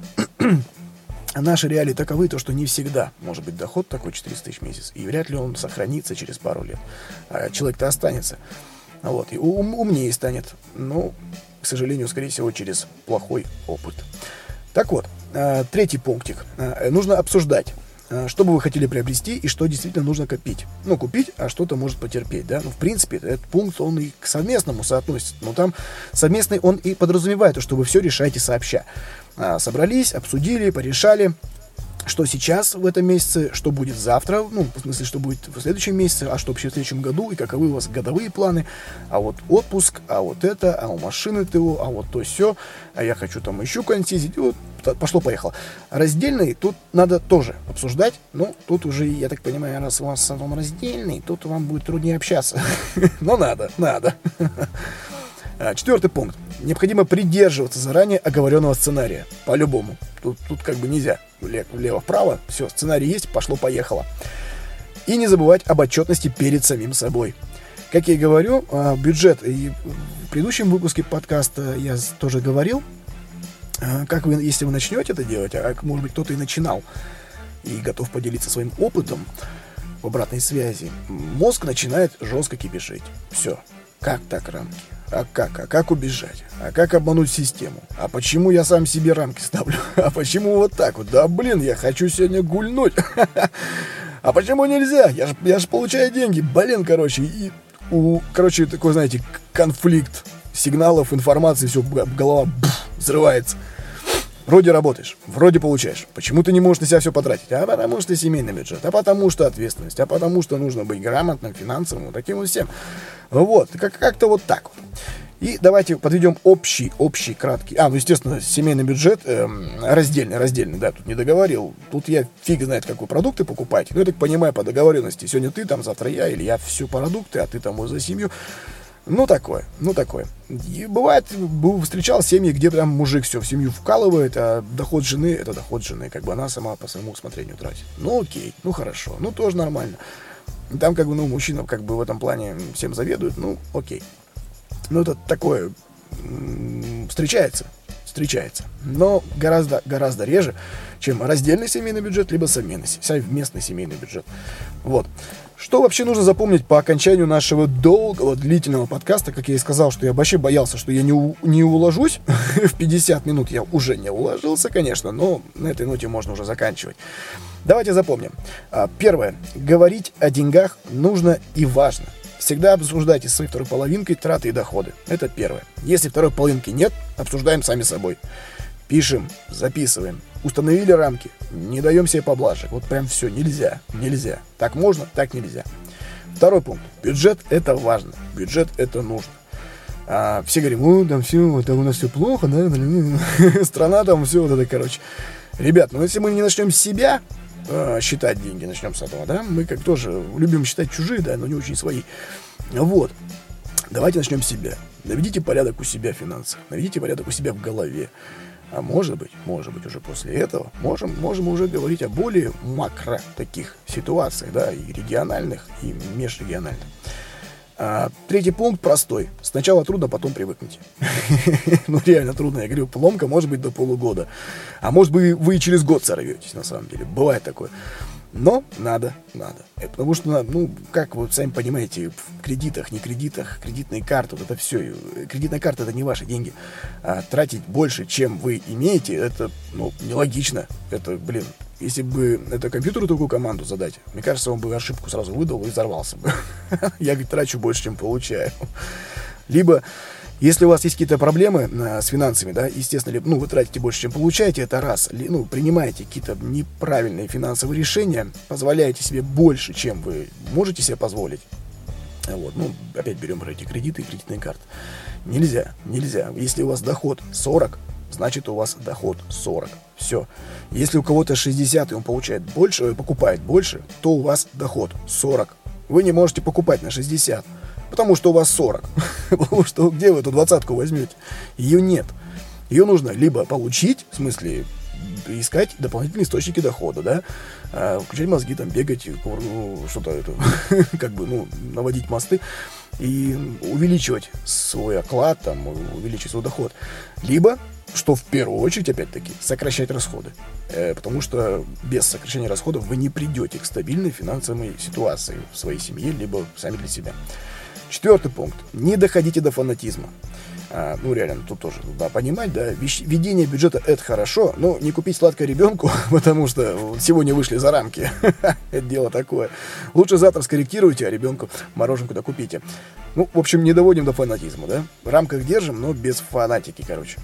наши реалии таковы, то, что не всегда может быть доход такой четыреста тысяч в месяц, и вряд ли он сохранится через пару лет. А человек-то останется. Вот, и ум, умнее станет, но, к сожалению, скорее всего, через плохой опыт. Так вот, э, третий пунктик. Э, нужно обсуждать, э, что бы вы хотели приобрести и что действительно нужно копить. Ну, купить, а что-то может потерпеть, да. Ну, в принципе, этот пункт, он и к совместному соотносится. Но там совместный он и подразумевает, что вы все решаете сообща. Э, собрались, обсудили, порешали, что сейчас в этом месяце, что будет завтра, ну, в смысле, что будет в следующем месяце, а что вообще в следующем году, и каковы у вас годовые планы, а вот отпуск, а вот это, а у машины ТО, а вот то все, а я хочу там еще куда-нибудь съездить, и вот пошло-поехало. Раздельный тут надо тоже обсуждать, ну, тут уже, я так понимаю, раз у вас он раздельный, тут вам будет труднее общаться, но надо, надо. Четвертый пункт. Необходимо придерживаться заранее оговоренного сценария. По-любому. Тут, тут как бы нельзя. Влево-вправо. Все, сценарий есть, пошло-поехало. И не забывать об отчетности перед самим собой. Как я и говорю, бюджет. И в предыдущем выпуске подкаста я тоже говорил, как вы, если вы начнете это делать, а может быть кто-то и начинал, и готов поделиться своим опытом, в обратной связи, мозг начинает жестко кипишить. Все. Как так рамки? А как? А как убежать? А как обмануть систему? А почему я сам себе рамки ставлю? А почему вот так вот? Да блин, я хочу сегодня гульнуть. А почему нельзя? Я же я ж получаю деньги. Блин, короче. И у, короче, такой, знаете, конфликт сигналов, информации, все, голова бф, взрывается. Вроде работаешь, вроде получаешь. Почему ты не можешь на себя все потратить? А потому что семейный бюджет, а потому что ответственность, а потому что нужно быть грамотным, финансовым, вот таким вот всем. Вот, как- как-то вот так вот. И давайте подведем общий, общий, краткий... А, ну, естественно, семейный бюджет эм, раздельный, раздельный, да, тут не договорил. Тут я фиг знает, какой продукты покупать. Ну, я так понимаю, по договоренности. Сегодня ты там, завтра я, или я всю продукты, а ты там вот за семью. Ну, такое, ну, такое. И бывает, встречал семьи, где прям мужик все в семью вкалывает, а доход жены — это доход жены, как бы она сама по своему усмотрению тратит. Ну, окей, ну, хорошо, ну, тоже нормально. Там, как бы, ну, мужчина, как бы, в этом плане всем заведует, ну, окей. Ну, это такое м- встречается, встречается. Но гораздо, гораздо реже, чем раздельный семейный бюджет, либо совместный, совместный семейный бюджет. Вот. Что вообще нужно запомнить по окончанию нашего долгого, длительного подкаста? Как я и сказал, что я вообще боялся, что я не, у, не уложусь в пятьдесят минут. Я уже не уложился, конечно, но на этой ноте можно уже заканчивать. Давайте запомним. Первое. Говорить о деньгах нужно и важно. Всегда обсуждайте с своей второй половинкой траты и доходы. Это первое. Если второй половинки нет, обсуждаем сами собой. Пишем, записываем. Установили рамки, не даем себе поблажек. Вот прям все, нельзя, нельзя. Так можно, так нельзя. Второй пункт. Бюджет — это важно. Бюджет — это нужно. А, все говорим, ну там все, там у нас все плохо, да? Страна там все вот это, короче. Ребят, ну если мы не начнем с себя э, считать деньги, начнем с этого, да? Мы как тоже любим считать чужие, да, но не очень свои. Вот. Давайте начнем с себя. Наведите порядок у себя в финансах. Наведите порядок у себя в голове. А может быть, может быть, уже после этого можем, можем уже говорить о более макро таких ситуациях, да, и региональных, и межрегиональных. А, третий пункт простой. Сначала трудно, потом привыкните. Ну, реально трудно. Я говорю, поломка может быть до полугода. А может быть, вы и через год сорветесь, на самом деле. Бывает такое. Но надо, надо. Это потому что, ну, как вы сами понимаете, в кредитах, не кредитах, кредитные карты, вот это все. Кредитная карта — это не ваши деньги. А тратить больше, чем вы имеете, это, ну, нелогично. Это, блин, если бы это компьютеру такую команду задать, мне кажется, он бы ошибку сразу выдал и взорвался бы. Я, говорит, трачу больше, чем получаю. Либо... Если у вас есть какие-то проблемы а, с финансами, да, естественно, ну, вы тратите больше, чем получаете, это раз. Ли, ну, принимаете какие-то неправильные финансовые решения, позволяете себе больше, чем вы можете себе позволить. Вот, ну, опять берем про эти кредиты и кредитные карты. Нельзя, нельзя. Если у вас доход сорок, значит, у вас доход сорок. Все. Если у кого-то шестьдесят, и он получает больше, покупает больше, то у вас доход сорок. Вы не можете покупать на шестьдесят. Потому что у вас сорок. Потому что где вы эту двадцатку возьмете? Ее нет. Ее нужно либо получить, в смысле искать дополнительные источники дохода, да, а, включать мозги, там, бегать, ну, что-то это, как бы, ну, наводить мосты и увеличивать свой оклад, там, увеличить свой доход. Либо, что в первую очередь, опять-таки, сокращать расходы. Э, потому что без сокращения расходов вы не придете к стабильной финансовой ситуации в своей семье, либо сами для себя. Четвертый пункт. Не доходите до фанатизма. А, ну, реально, тут тоже надо понимать, да, ведение бюджета — это хорошо, но не купить сладкое ребенку, потому что сегодня вышли за рамки. Это дело такое. Лучше завтра скорректируйте, а ребенку мороженку докупите. Ну, в общем, не доводим до фанатизма, да. В рамках держим, но без фанатики, короче.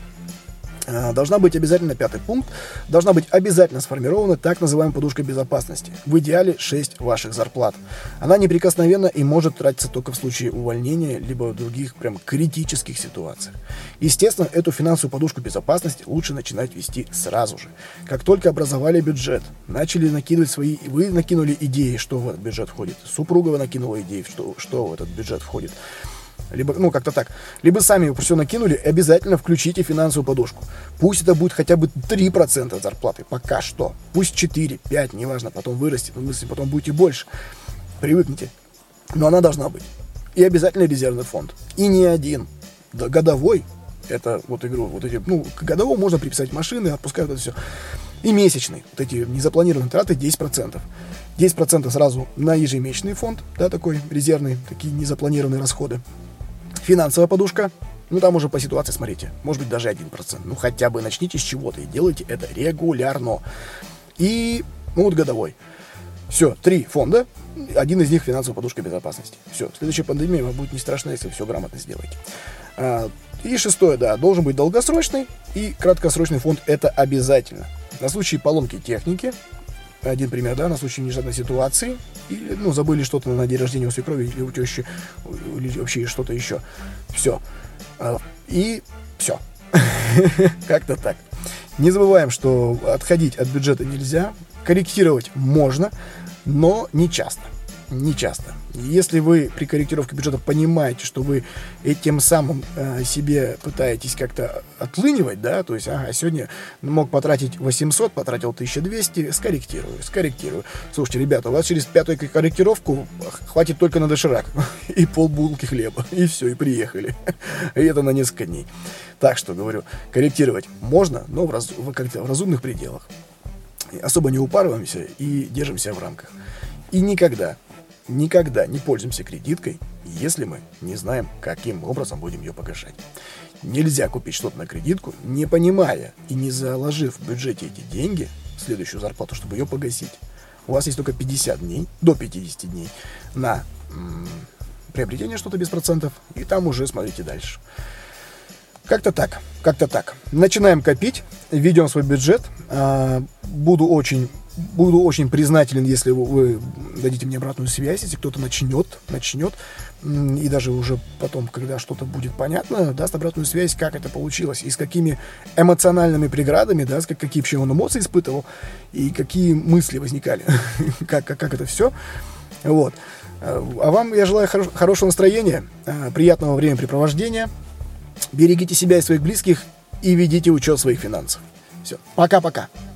Должна быть обязательно, пятый пункт, должна быть обязательно сформирована так называемая подушка безопасности. В идеале шесть ваших зарплат. Она неприкосновенна и может тратиться только в случае увольнения, либо в других прям критических ситуациях. Естественно, эту финансовую подушку безопасности лучше начинать вести сразу же. Как только образовали бюджет, начали накидывать свои, вы накинули идеи, что в этот бюджет входит, супруга накинула идеи, что, что в этот бюджет входит. Либо, ну, как-то так. Либо сами все накинули, обязательно включите финансовую подушку. Пусть это будет хотя бы три процента от зарплаты, пока что. Пусть четыре, пять, неважно, потом вырастет, если потом будете больше. Привыкните. Но она должна быть. И обязательно резервный фонд. И не один. Да, годовой. Это, вот, игру, вот эти, ну, к годовому можно приписать машины, отпускают это все. И месячный, вот эти незапланированные траты десять процентов. десять процентов сразу на ежемесячный фонд, да, такой резервный, такие незапланированные расходы. Финансовая подушка, ну там уже по ситуации смотрите, может быть даже один процент. Ну хотя бы начните с чего-то и делайте это регулярно. И, ну вот годовой. Все, три фонда, один из них финансовая подушка безопасности. Все, следующая пандемия вам будет не страшна, если все грамотно сделаете. А, и шестое, да, должен быть долгосрочный и краткосрочный фонд, это обязательно. На случай поломки техники, один пример, да, на случай нежданной ситуации, или, ну, забыли что-то на день рождения у свекрови или у тещи, или вообще что-то еще. Все. И все. Как-то так. Не забываем, что отходить от бюджета нельзя, корректировать можно, но не часто. Не часто. Если вы при корректировке бюджета понимаете, что вы этим самым э, себе пытаетесь как-то отлынивать, да, то есть, ага, сегодня мог потратить восемьсот, потратил тысяча двести, скорректирую, скорректирую. Слушайте, ребята, у вас через пятую корректировку хватит только на доширак и полбулки хлеба, и все, и приехали. И это на несколько дней. Так что, говорю, корректировать можно, но в, раз, в, как-то в разумных пределах. Особо не упарываемся и держимся в рамках. И никогда, никогда не пользуемся кредиткой, если мы не знаем, каким образом будем ее погашать. Нельзя купить что-то на кредитку, не понимая и не заложив в бюджете эти деньги, следующую зарплату, чтобы ее погасить. У вас есть только пятьдесят дней, до пятидесяти дней на м- приобретение что-то без процентов, и там уже смотрите дальше. Как-то так, как-то так. Начинаем копить, ведем свой бюджет. Буду очень, буду очень признателен, если вы дадите мне обратную связь, если кто-то начнет, начнет, и даже уже потом, когда что-то будет понятно, даст обратную связь, как это получилось, и с какими эмоциональными преградами, да, с как, какие вообще он эмоции испытывал, и какие мысли возникали, как, как, как это все. Вот. А вам я желаю хоро- хорошего настроения, приятного времяпрепровождения. Берегите себя и своих близких и ведите учет своих финансов. Все. Пока-пока.